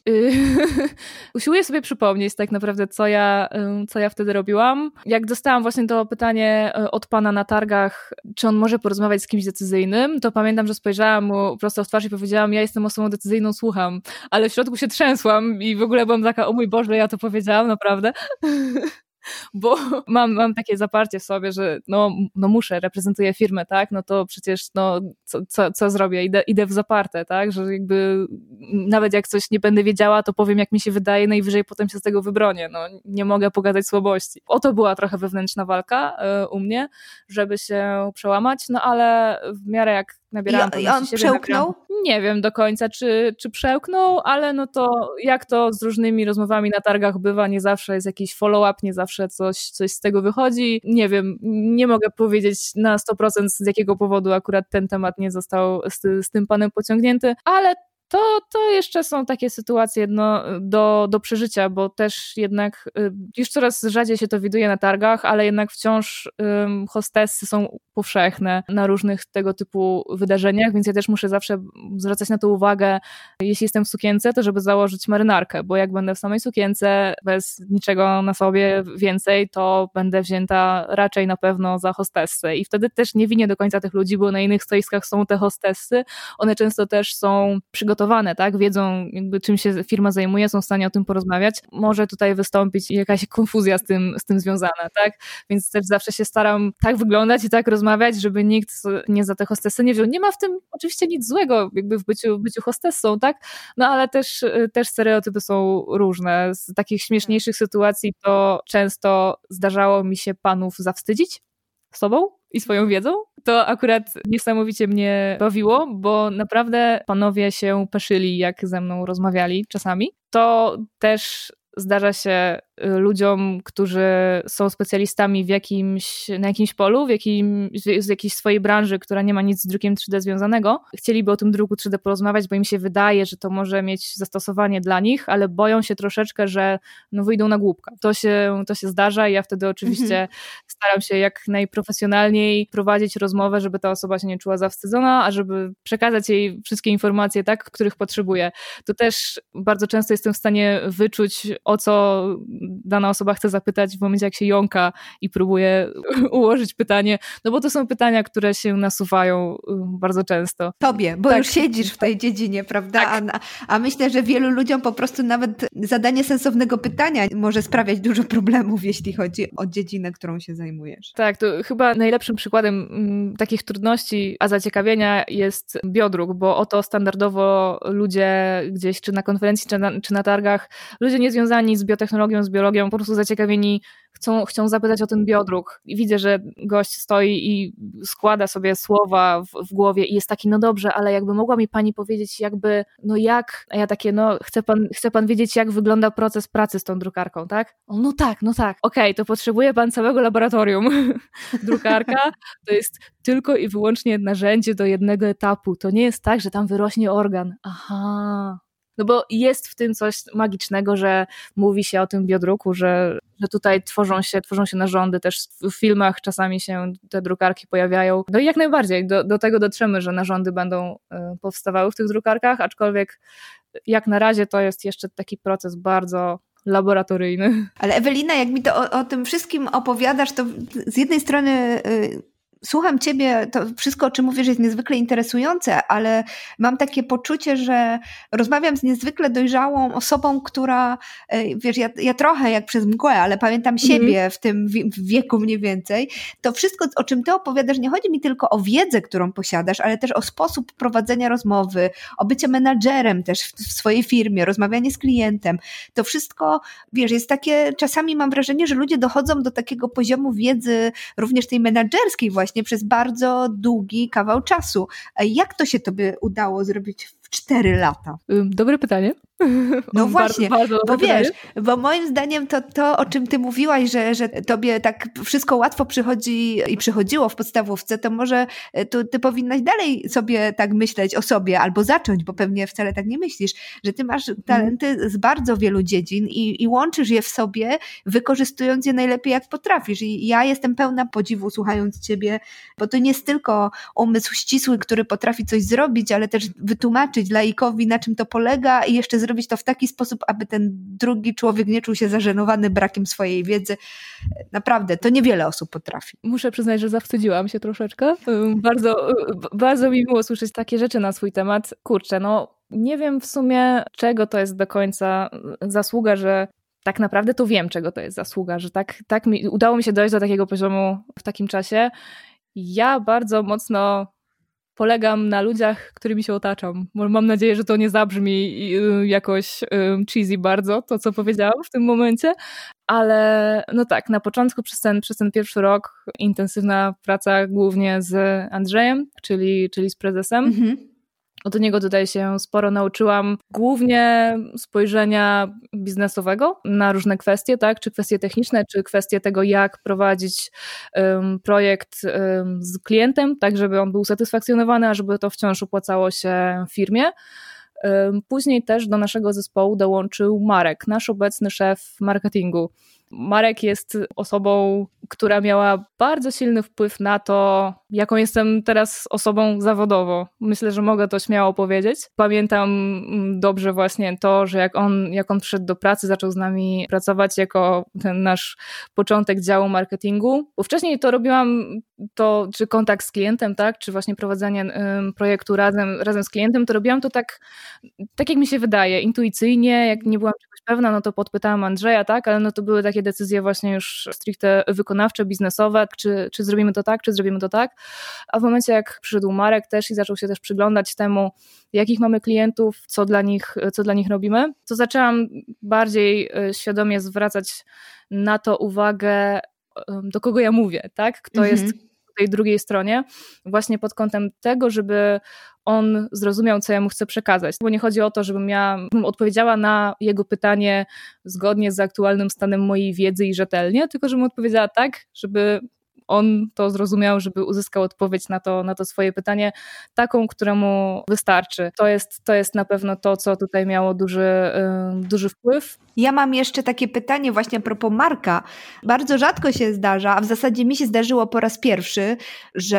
Usiłuję sobie przypomnieć tak naprawdę, co ja, co ja wtedy robiłam. Jak dostałam właśnie to pytanie od pana na targach, czy on może porozmawiać z kimś decyzyjnym, to pamiętam, że spojrzałam mu prosto w twarz i powiedziałam, ja jestem osobą decyzyjną, słucham, ale w środku się trzęsłam i w ogóle byłam taka, o mój Boże, ja to powiedziałam, naprawdę. Bo mam, mam takie zaparcie w sobie, że no, no muszę, reprezentuję firmę, tak, no to przecież no co, co, co zrobię, idę, idę w zaparte, tak, że jakby nawet jak coś nie będę wiedziała, to powiem jak mi się wydaje, najwyżej potem się z tego wybronię, no nie mogę pokazać słabości. O to była trochę wewnętrzna walka y, u mnie, żeby się przełamać, no ale w miarę jak nabierałam I, i on siebie, przełknął? Nabierałam, nie wiem do końca, czy, czy przełknął, ale no to jak to z różnymi rozmowami na targach bywa, nie zawsze jest jakiś follow-up, nie zawsze coś, coś z tego wychodzi. Nie wiem, nie mogę powiedzieć na sto procent z jakiego powodu akurat ten temat nie został z, z tym panem pociągnięty, ale To, to jeszcze są takie sytuacje no, do, do przeżycia, bo też jednak już coraz rzadziej się to widuje na targach, ale jednak wciąż um, hostessy są powszechne na różnych tego typu wydarzeniach, więc ja też muszę zawsze zwracać na to uwagę, jeśli jestem w sukience, to żeby założyć marynarkę, bo jak będę w samej sukience bez niczego na sobie więcej, to będę wzięta raczej na pewno za hostessę i wtedy też nie winię do końca tych ludzi, bo na innych stoiskach są te hostessy, one często też są przygotowane, tak, wiedzą jakby czym się firma zajmuje, są w stanie o tym porozmawiać. Może tutaj wystąpić jakaś konfuzja z tym, z tym związana, tak, więc też zawsze się staram tak wyglądać i tak rozmawiać, żeby nikt nie za tę hostessę nie wziął. Nie ma w tym oczywiście nic złego jakby w byciu, w byciu hostessą, tak, no ale też, też stereotypy są różne. Z takich śmieszniejszych sytuacji to często zdarzało mi się panów zawstydzić sobą i swoją wiedzą. To akurat niesamowicie mnie bawiło, bo naprawdę panowie się peszyli, jak ze mną rozmawiali czasami. To też zdarza się ludziom, którzy są specjalistami w jakimś, na jakimś polu, w jakim, z jakiejś swojej branży, która nie ma nic z drukiem trzy D związanego. Chcieliby o tym druku trzy D porozmawiać, bo im się wydaje, że to może mieć zastosowanie dla nich, ale boją się troszeczkę, że no, wyjdą na głupka. To się, to się zdarza i ja wtedy oczywiście mhm. staram się jak najprofesjonalniej prowadzić rozmowę, żeby ta osoba się nie czuła zawstydzona, a żeby przekazać jej wszystkie informacje, tak, których potrzebuje. To też bardzo często jestem w stanie wyczuć, o co dana osoba chce zapytać w momencie, jak się jąka i próbuje ułożyć pytanie, no bo to są pytania, które się nasuwają bardzo często. Tobie, bo tak. już siedzisz w tej dziedzinie, prawda? Tak. A, a myślę, że wielu ludziom po prostu nawet zadanie sensownego pytania może sprawiać dużo problemów, jeśli chodzi o dziedzinę, którą się zajmujesz. Tak, to chyba najlepszym przykładem m, takich trudności, a zaciekawienia jest biodruk, bo oto standardowo ludzie gdzieś, czy na konferencji, czy na, czy na targach, ludzie niezwiązani z biotechnologią, z biologią, po prostu zaciekawieni chcą, chcą zapytać o ten biodruk. I widzę, że gość stoi i składa sobie słowa w, w głowie i jest taki, no dobrze, ale jakby mogła mi pani powiedzieć jakby, no jak, a ja takie, no chce pan, chce pan wiedzieć, jak wygląda proces pracy z tą drukarką, tak? O, no tak, no tak. Okej, okay, to potrzebuje pan całego laboratorium. Drukarka to jest tylko i wyłącznie narzędzie do jednego etapu. To nie jest tak, że tam wyrośnie organ. Aha. No bo jest w tym coś magicznego, że mówi się o tym biodruku, że, że tutaj tworzą się, tworzą się narządy, też w filmach czasami się te drukarki pojawiają. No i jak najbardziej do, do tego dotrzemy, że narządy będą y, powstawały w tych drukarkach, aczkolwiek jak na razie to jest jeszcze taki proces bardzo laboratoryjny. Ale Ewelina, jak mi to o, o tym wszystkim opowiadasz, to z jednej strony... Y- Słucham ciebie, to wszystko, o czym mówisz, jest niezwykle interesujące, ale mam takie poczucie, że rozmawiam z niezwykle dojrzałą osobą, która, wiesz, ja, ja trochę jak przez mgłę, ale pamiętam siebie mm. w tym wieku mniej więcej. To wszystko, o czym ty opowiadasz, nie chodzi mi tylko o wiedzę, którą posiadasz, ale też o sposób prowadzenia rozmowy, o bycie menadżerem też w, w swojej firmie, rozmawianie z klientem. To wszystko, wiesz, jest takie, czasami mam wrażenie, że ludzie dochodzą do takiego poziomu wiedzy, również tej menadżerskiej właśnie, przez bardzo długi kawał czasu. Jak to się tobie udało zrobić w cztery lata? Dobre pytanie. No właśnie, bardzo, bardzo bo pytanie. wiesz, bo moim zdaniem to, to, o czym ty mówiłaś, że, że tobie tak wszystko łatwo przychodzi i przychodziło w podstawówce, to może to ty powinnaś dalej sobie tak myśleć o sobie, albo zacząć, bo pewnie wcale tak nie myślisz, że ty masz talenty mm. z bardzo wielu dziedzin i, i łączysz je w sobie, wykorzystując je najlepiej jak potrafisz. I ja jestem pełna podziwu słuchając ciebie, bo to nie jest tylko umysł ścisły, który potrafi coś zrobić, ale też wytłumaczyć laikowi, na czym to polega i jeszcze zrobić to w taki sposób, aby ten drugi człowiek nie czuł się zażenowany brakiem swojej wiedzy. Naprawdę, to niewiele osób potrafi. Muszę przyznać, że zawstydziłam się troszeczkę. Bardzo, bardzo mi miło słyszeć takie rzeczy na swój temat. Kurczę, no nie wiem w sumie, czego to jest do końca zasługa, że tak naprawdę to wiem, czego to jest zasługa, że tak, tak mi, udało mi się dojść do takiego poziomu w takim czasie. Ja bardzo mocno polegam na ludziach, którymi się otaczam. Mam nadzieję, że to nie zabrzmi jakoś cheesy bardzo, to co powiedziałam w tym momencie, ale no tak, na początku przez ten, przez ten pierwszy rok intensywna praca głównie z Andrzejem, czyli, czyli z prezesem. Mhm. Od niego tutaj się sporo nauczyłam, głównie spojrzenia biznesowego na różne kwestie, tak? Czy kwestie techniczne, czy kwestie tego, jak prowadzić um, projekt um, z klientem, tak żeby on był usatysfakcjonowany, a żeby to wciąż opłacało się firmie. Um, później też do naszego zespołu dołączył Marek, nasz obecny szef marketingu. Marek jest osobą, która miała bardzo silny wpływ na to, jaką jestem teraz osobą zawodowo. Myślę, że mogę to śmiało powiedzieć. Pamiętam dobrze właśnie to, że jak on, jak on przyszedł do pracy, zaczął z nami pracować jako ten nasz początek działu marketingu. Bo wcześniej to robiłam to, czy kontakt z klientem, tak, czy właśnie prowadzenie um, projektu razem, razem z klientem, to robiłam to tak, tak jak mi się wydaje, intuicyjnie. Jak nie byłam czegoś pewna, no to podpytałam Andrzeja, tak, ale no to były takie decyzje właśnie już stricte wykonawcze, biznesowe, czy, czy zrobimy to tak, czy zrobimy to tak. A w momencie jak przyszedł Marek też i zaczął się też przyglądać temu, jakich mamy klientów, co dla nich, co dla nich robimy, to zaczęłam bardziej świadomie zwracać na to uwagę, do kogo ja mówię, tak? Kto mhm. jest po tej drugiej stronie, właśnie pod kątem tego, żeby on zrozumiał, co ja mu chcę przekazać. Bo nie chodzi o to, żebym ja odpowiedziała na jego pytanie zgodnie z aktualnym stanem mojej wiedzy i rzetelnie, tylko żebym odpowiedziała tak, żeby on to zrozumiał, żeby uzyskał odpowiedź na to, na to swoje pytanie, taką, któremu wystarczy. To jest, to jest na pewno to, co tutaj miało duży, yy, duży wpływ. Ja mam jeszcze takie pytanie właśnie a propos Marka. Bardzo rzadko się zdarza, a w zasadzie mi się zdarzyło po raz pierwszy, że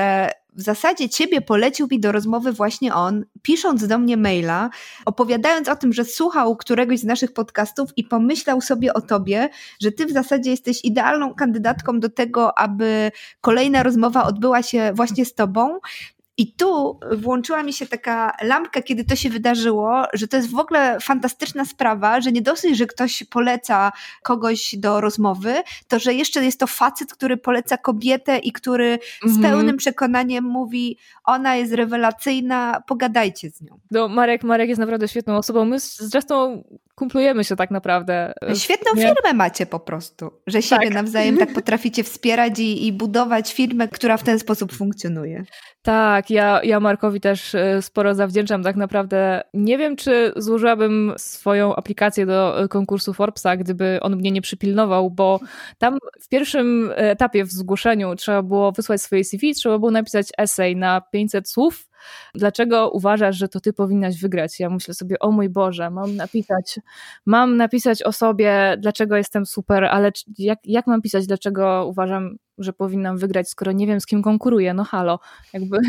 w zasadzie ciebie polecił mi do rozmowy właśnie on, pisząc do mnie maila, opowiadając o tym, że słuchał któregoś z naszych podcastów i pomyślał sobie o tobie, że ty w zasadzie jesteś idealną kandydatką do tego, aby kolejna rozmowa odbyła się właśnie z tobą. I tu włączyła mi się taka lampka, kiedy to się wydarzyło, że to jest w ogóle fantastyczna sprawa, że nie dosyć, że ktoś poleca kogoś do rozmowy, to że jeszcze jest to facet, który poleca kobietę i który z Mhm. pełnym przekonaniem mówi, ona jest rewelacyjna, pogadajcie z nią. No, Marek, Marek jest naprawdę świetną osobą. My zresztą kumplujemy się tak naprawdę. Świetną Nie? firmę macie po prostu, że siebie Tak. nawzajem tak potraficie wspierać i, i budować firmę, która w ten sposób funkcjonuje. Tak, ja, ja Markowi też sporo zawdzięczam tak naprawdę. Nie wiem, czy złożyłabym swoją aplikację do konkursu Forbesa, gdyby on mnie nie przypilnował, bo tam w pierwszym etapie w zgłoszeniu trzeba było wysłać swoje C V, trzeba było napisać essay na pięćset słów. Dlaczego uważasz, że to ty powinnaś wygrać? Ja myślę sobie, o mój Boże, mam napisać, mam napisać o sobie, dlaczego jestem super, ale jak, jak mam pisać, dlaczego uważam, że powinnam wygrać, skoro nie wiem, z kim konkuruję? No halo, jakby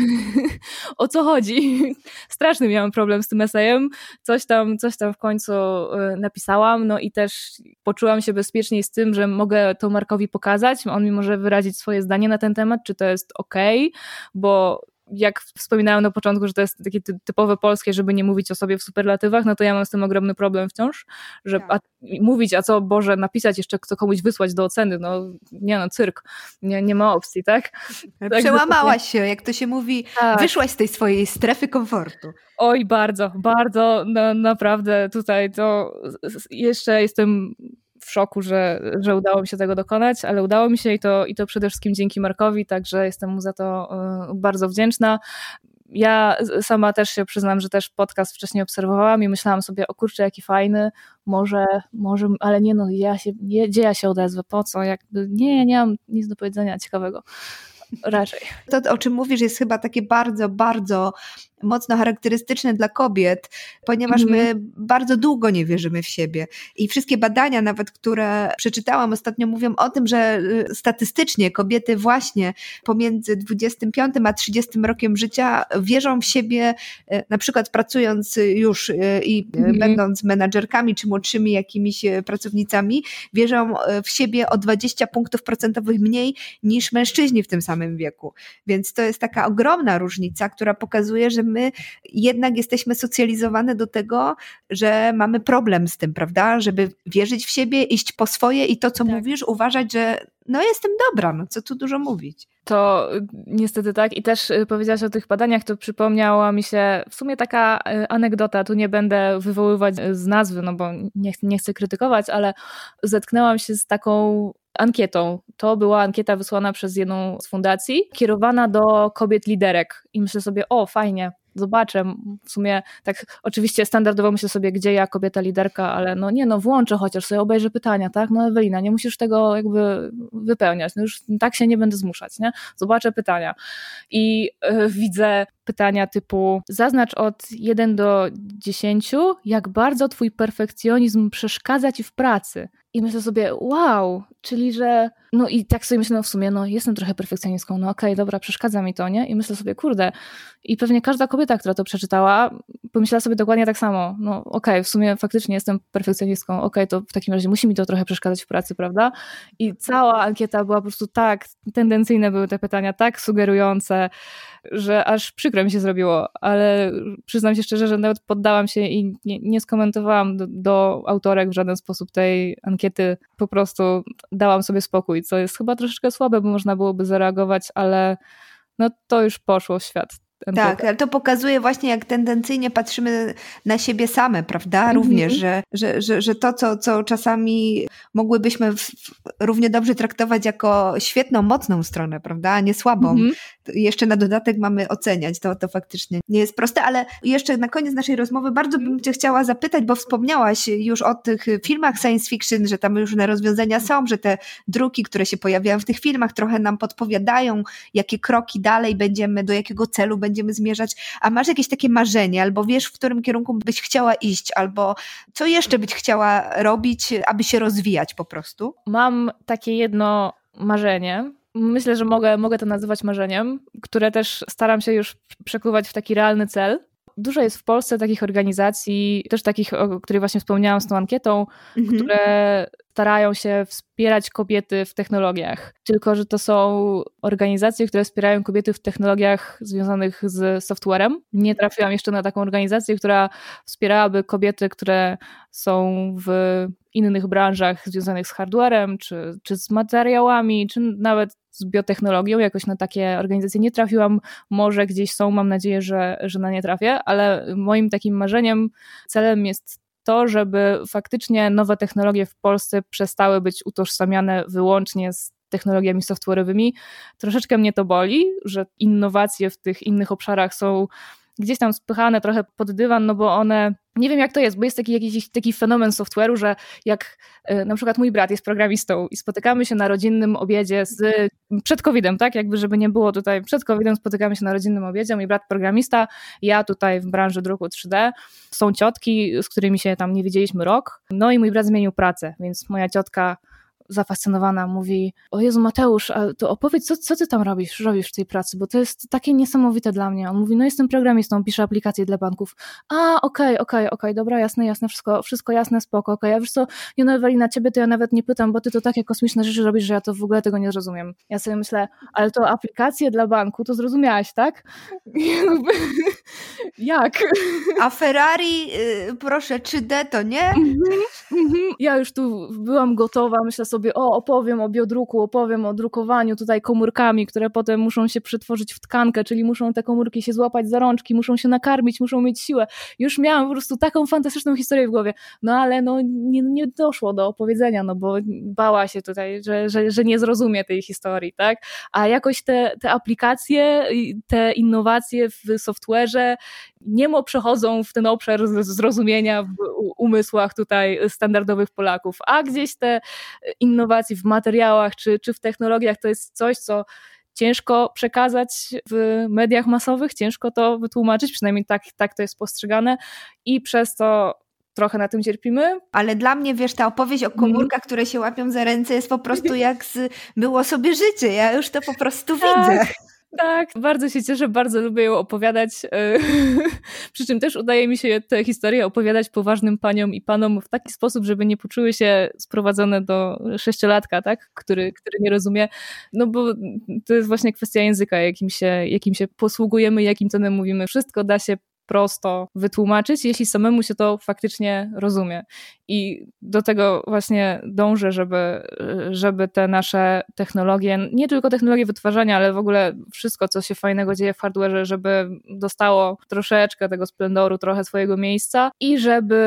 o co chodzi? Straszny miałam problem z tym esejem, coś tam, coś tam w końcu napisałam, no i też poczułam się bezpieczniej z tym, że mogę to Markowi pokazać, on mi może wyrazić swoje zdanie na ten temat, czy to jest okej, bo jak wspominałam na początku, że to jest takie typowe polskie, żeby nie mówić o sobie w superlatywach, no to ja mam z tym ogromny problem wciąż, że Tak. a, mówić, a co Boże, napisać jeszcze, co komuś wysłać do oceny, no nie no, cyrk, nie, nie ma opcji, tak? Przełamałaś się, jak to się mówi, tak. Wyszłaś z tej swojej strefy komfortu. Oj, bardzo, bardzo, no, naprawdę tutaj to jeszcze jestem w szoku, że, że udało mi się tego dokonać, ale udało mi się i to, i to przede wszystkim dzięki Markowi, także jestem mu za to bardzo wdzięczna. Ja sama też się przyznam, że też podcast wcześniej obserwowałam i myślałam sobie, o kurczę, jaki fajny, może, może, ale nie no, ja się, nie, gdzie ja się odezwę, po co, jakby, nie, nie mam nic do powiedzenia ciekawego. Raczej. To, o czym mówisz, jest chyba takie bardzo, bardzo mocno charakterystyczne dla kobiet, ponieważ mm. my bardzo długo nie wierzymy w siebie. I wszystkie badania nawet, które przeczytałam ostatnio, mówią o tym, że statystycznie kobiety właśnie pomiędzy dwudziestym piątym a trzydziestym rokiem życia wierzą w siebie, na przykład pracując już i mm. będąc menadżerkami czy młodszymi jakimiś pracownicami, wierzą w siebie o dwadzieścia punktów procentowych mniej niż mężczyźni w tym samym wieku. Więc to jest taka ogromna różnica, która pokazuje, że my jednak jesteśmy socjalizowane do tego, że mamy problem z tym, prawda? Żeby wierzyć w siebie, iść po swoje i to, co tak. mówisz, uważać, że no jestem dobra, no co tu dużo mówić. To niestety tak i też powiedziałaś o tych badaniach, to przypomniała mi się w sumie taka anegdota, tu nie będę wywoływać z nazwy, no bo nie, nie chcę krytykować, ale zetknęłam się z taką ankietą. To była ankieta wysłana przez jedną z fundacji, kierowana do kobiet liderek i myślę sobie, o fajnie, zobaczę, w sumie tak oczywiście standardowo myślę sobie, gdzie ja, kobieta liderka, ale no nie no, włączę chociaż sobie, obejrzę pytania, tak, no Ewelina, nie musisz tego jakby wypełniać, no już tak się nie będę zmuszać, nie, zobaczę pytania i yy, widzę pytania typu zaznacz od jeden do dziesięciu, jak bardzo twój perfekcjonizm przeszkadza ci w pracy. I myślę sobie, wow, czyli że, no i tak sobie myślę, no w sumie, no jestem trochę perfekcjonistką, no okej, okay, dobra, przeszkadza mi to, nie? I myślę sobie, kurde, i pewnie każda kobieta, która to przeczytała, pomyślała sobie dokładnie tak samo, no okej, okay, w sumie faktycznie jestem perfekcjonistką, okej, okay, to w takim razie musi mi to trochę przeszkadzać w pracy, prawda? I cała ankieta była po prostu tak, tendencyjne były te pytania, tak sugerujące, że aż przykro mi się zrobiło, ale przyznam się szczerze, że nawet poddałam się i nie, nie skomentowałam do, do autorek w żaden sposób tej ankiety, po prostu dałam sobie spokój, co jest chyba troszeczkę słabe, bo można byłoby zareagować, ale no to już poszło w świat. Tak, ale to pokazuje właśnie, jak tendencyjnie patrzymy na siebie same, prawda? Również, mm-hmm. że, że, że, że to, co, co czasami mogłybyśmy w, w, równie dobrze traktować jako świetną, mocną stronę, prawda? A nie słabą. Mm-hmm. Jeszcze na dodatek mamy oceniać, to, to faktycznie nie jest proste, ale jeszcze na koniec naszej rozmowy bardzo bym cię chciała zapytać, bo wspomniałaś już o tych filmach science fiction, że tam różne rozwiązania są, że te druki, które się pojawiają w tych filmach, trochę nam podpowiadają, jakie kroki dalej będziemy, do jakiego celu będziemy będziemy zmierzać, a masz jakieś takie marzenie, albo wiesz, w którym kierunku byś chciała iść, albo co jeszcze byś chciała robić, aby się rozwijać po prostu? Mam takie jedno marzenie, Myślę, że mogę, mogę to nazywać marzeniem, które też staram się już przekuwać w taki realny cel. Dużo jest w Polsce takich organizacji, też takich, o których właśnie wspomniałam z tą ankietą, mhm. które starają się wspierać kobiety w technologiach. Tylko że to są organizacje, które wspierają kobiety w technologiach związanych z softwarem. Nie trafiłam jeszcze na taką organizację, która wspierałaby kobiety, które są w innych branżach związanych z hardwarem, czy, czy z materiałami, czy nawet z biotechnologią. Jakoś na takie organizacje nie trafiłam. Może gdzieś są, mam nadzieję, że, że na nie trafię, ale moim takim marzeniem, celem jest to, żeby faktycznie nowe technologie w Polsce przestały być utożsamiane wyłącznie z technologiami software'owymi. Troszeczkę mnie to boli, że innowacje w tych innych obszarach są gdzieś tam spychane trochę pod dywan, no bo one, nie wiem jak to jest, bo jest taki jakiś taki fenomen software'u, że jak y, na przykład mój brat jest programistą i spotykamy się na rodzinnym obiedzie z, przed kowidem, tak, jakby żeby nie było tutaj, przed kowidem spotykamy się na rodzinnym obiedzie, mój brat programista, ja tutaj w branży druku trzy D, są ciotki, z którymi się tam nie widzieliśmy rok, no i mój brat zmienił pracę, więc moja ciotka zafascynowana mówi: o Jezu Mateusz, a to opowiedz, co, co ty tam robisz, robisz w tej pracy, bo to jest takie niesamowite dla mnie. On mówi: no jestem programistą, piszę aplikacje dla banków. A, okej, okej, okej, dobra, jasne, jasne, wszystko, wszystko jasne, spoko, okej. A wiesz co, nie no Ewelina, ciebie to ja nawet nie pytam, bo ty to takie kosmiczne rzeczy robisz, że ja to w ogóle tego nie zrozumiem. Ja sobie myślę, ale to aplikacje dla banku, to zrozumiałaś, tak? Jak? A Ferrari, yy, proszę, trzy D to nie? Ja już tu byłam gotowa, myślę sobie, o, opowiem o biodruku, opowiem o drukowaniu tutaj komórkami, które potem muszą się przetworzyć w tkankę, czyli muszą te komórki się złapać za rączki, muszą się nakarmić, muszą mieć siłę. Już miałam po prostu taką fantastyczną historię w głowie. No ale no nie, nie doszło do opowiedzenia, no bo bała się tutaj, że, że, że nie zrozumie tej historii, tak? A jakoś te, te aplikacje, te innowacje w software'ze niemo przechodzą w ten obszar zrozumienia w umysłach tutaj standardowych Polaków, a gdzieś te innowacje w materiałach czy, czy w technologiach to jest coś, co ciężko przekazać w mediach masowych, ciężko to wytłumaczyć, przynajmniej tak, tak to jest postrzegane i przez to trochę na tym cierpimy. Ale dla mnie, wiesz, ta opowieść o komórkach, mm. które się łapią za ręce jest po prostu jak z Było sobie życie, ja już to po prostu tak. widzę. Tak, bardzo się cieszę, bardzo lubię ją opowiadać, przy czym też udaje mi się tę historię opowiadać poważnym paniom i panom w taki sposób, żeby nie poczuły się sprowadzone do sześciolatka, tak, który, który nie rozumie, no bo to jest właśnie kwestia języka, jakim się, jakim się posługujemy, jakim tonem mówimy. Wszystko da się prosto wytłumaczyć, jeśli samemu się to faktycznie rozumie. I do tego właśnie dążę, żeby, żeby te nasze technologie, nie tylko technologie wytwarzania, ale w ogóle wszystko, co się fajnego dzieje w hardware'ze, żeby dostało troszeczkę tego splendoru, trochę swojego miejsca i żeby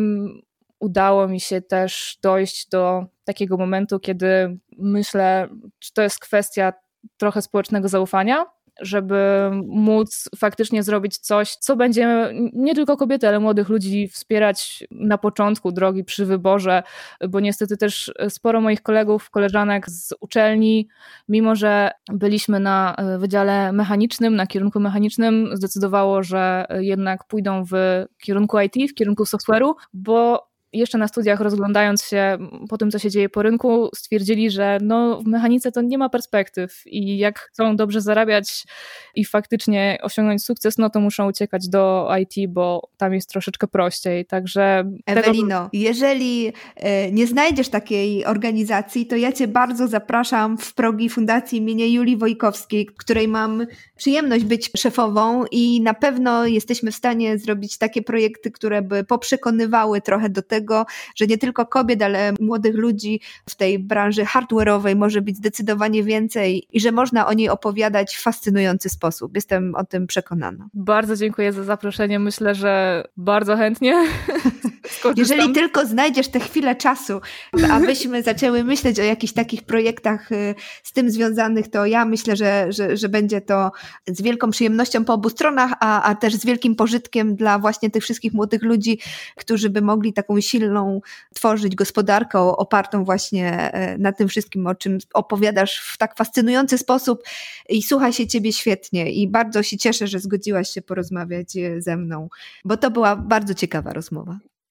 udało mi się też dojść do takiego momentu, kiedy myślę, czy to jest kwestia trochę społecznego zaufania, żeby móc faktycznie zrobić coś, co będzie nie tylko kobiety, ale młodych ludzi wspierać na początku drogi przy wyborze, bo niestety też sporo moich kolegów, koleżanek z uczelni, mimo że byliśmy na wydziale mechanicznym, na kierunku mechanicznym, zdecydowało, że jednak pójdą w kierunku I T, w kierunku software'u, bo jeszcze na studiach, rozglądając się po tym, co się dzieje po rynku, stwierdzili, że no w mechanice to nie ma perspektyw i jak chcą dobrze zarabiać i faktycznie osiągnąć sukces, no to muszą uciekać do I T, bo tam jest troszeczkę prościej. Także Ewelino, tego... jeżeli nie znajdziesz takiej organizacji, to ja Cię bardzo zapraszam w progi Fundacji imienia Julii Wojkowskiej, której mam przyjemność być szefową i na pewno jesteśmy w stanie zrobić takie projekty, które by poprzekonywały trochę do tego, że nie tylko kobiet, ale młodych ludzi w tej branży hardware'owej może być zdecydowanie więcej i że można o niej opowiadać w fascynujący sposób. Jestem o tym przekonana. Bardzo dziękuję za zaproszenie. Myślę, że bardzo chętnie skorzystam. Jeżeli tylko znajdziesz tę chwilę czasu, abyśmy zaczęły myśleć o jakichś takich projektach z tym związanych, to ja myślę, że, że, że będzie to z wielką przyjemnością po obu stronach, a, a też z wielkim pożytkiem dla właśnie tych wszystkich młodych ludzi, którzy by mogli taką silną tworzyć gospodarkę opartą właśnie na tym wszystkim, o czym opowiadasz w tak fascynujący sposób i słucha się Ciebie świetnie i bardzo się cieszę, że zgodziłaś się porozmawiać ze mną, bo to była bardzo ciekawa rozmowa.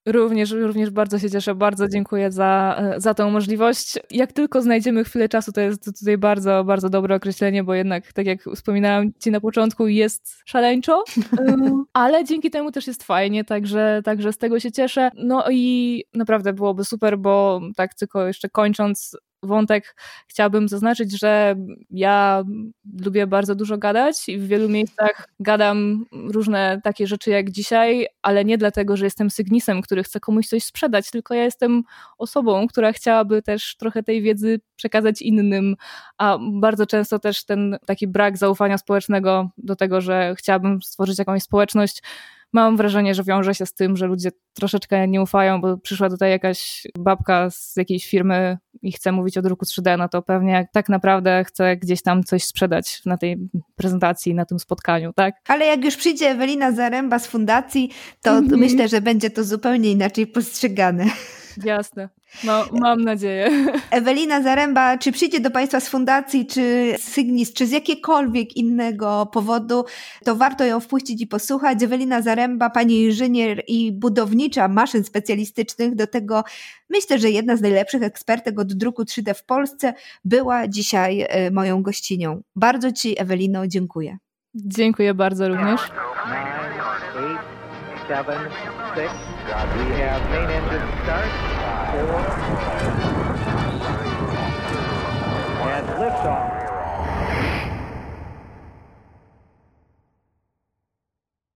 Również, również bardzo się cieszę, bardzo dziękuję za, za tą możliwość. Jak tylko znajdziemy chwilę czasu, to jest tutaj bardzo, bardzo dobre określenie, bo jednak, tak jak wspominałam ci na początku, jest szaleńczo, ale dzięki temu też jest fajnie, także, także z tego się cieszę. No i naprawdę byłoby super, bo tak tylko jeszcze kończąc wątek, chciałabym zaznaczyć, że ja lubię bardzo dużo gadać i w wielu miejscach gadam różne takie rzeczy jak dzisiaj, ale nie dlatego, że jestem sygnisem, który chce komuś coś sprzedać, tylko ja jestem osobą, która chciałaby też trochę tej wiedzy przekazać innym, a bardzo często też ten taki brak zaufania społecznego do tego, że chciałabym stworzyć jakąś społeczność, mam wrażenie, że wiąże się z tym, że ludzie troszeczkę nie ufają, bo przyszła tutaj jakaś babka z jakiejś firmy i chce mówić o druku trzy D, no to pewnie tak naprawdę chce gdzieś tam coś sprzedać na tej prezentacji, na tym spotkaniu, tak? Ale jak już przyjdzie Ewelina Zaręba z fundacji, to mm-hmm. myślę, że będzie to zupełnie inaczej postrzegane. Jasne. No, mam nadzieję. Ewelina Zaręba, czy przyjdzie do Państwa z fundacji, czy z Sygnis, czy z jakiegokolwiek innego powodu, to warto ją wpuścić i posłuchać. Ewelina Zaręba, pani inżynier i budownicza maszyn specjalistycznych, do tego myślę, że jedna z najlepszych ekspertek od druku trzy D w Polsce, była dzisiaj moją gościnią. Bardzo Ci, Ewelino, dziękuję. Dziękuję bardzo również. Seven, six, we have main engine start, four, and liftoff.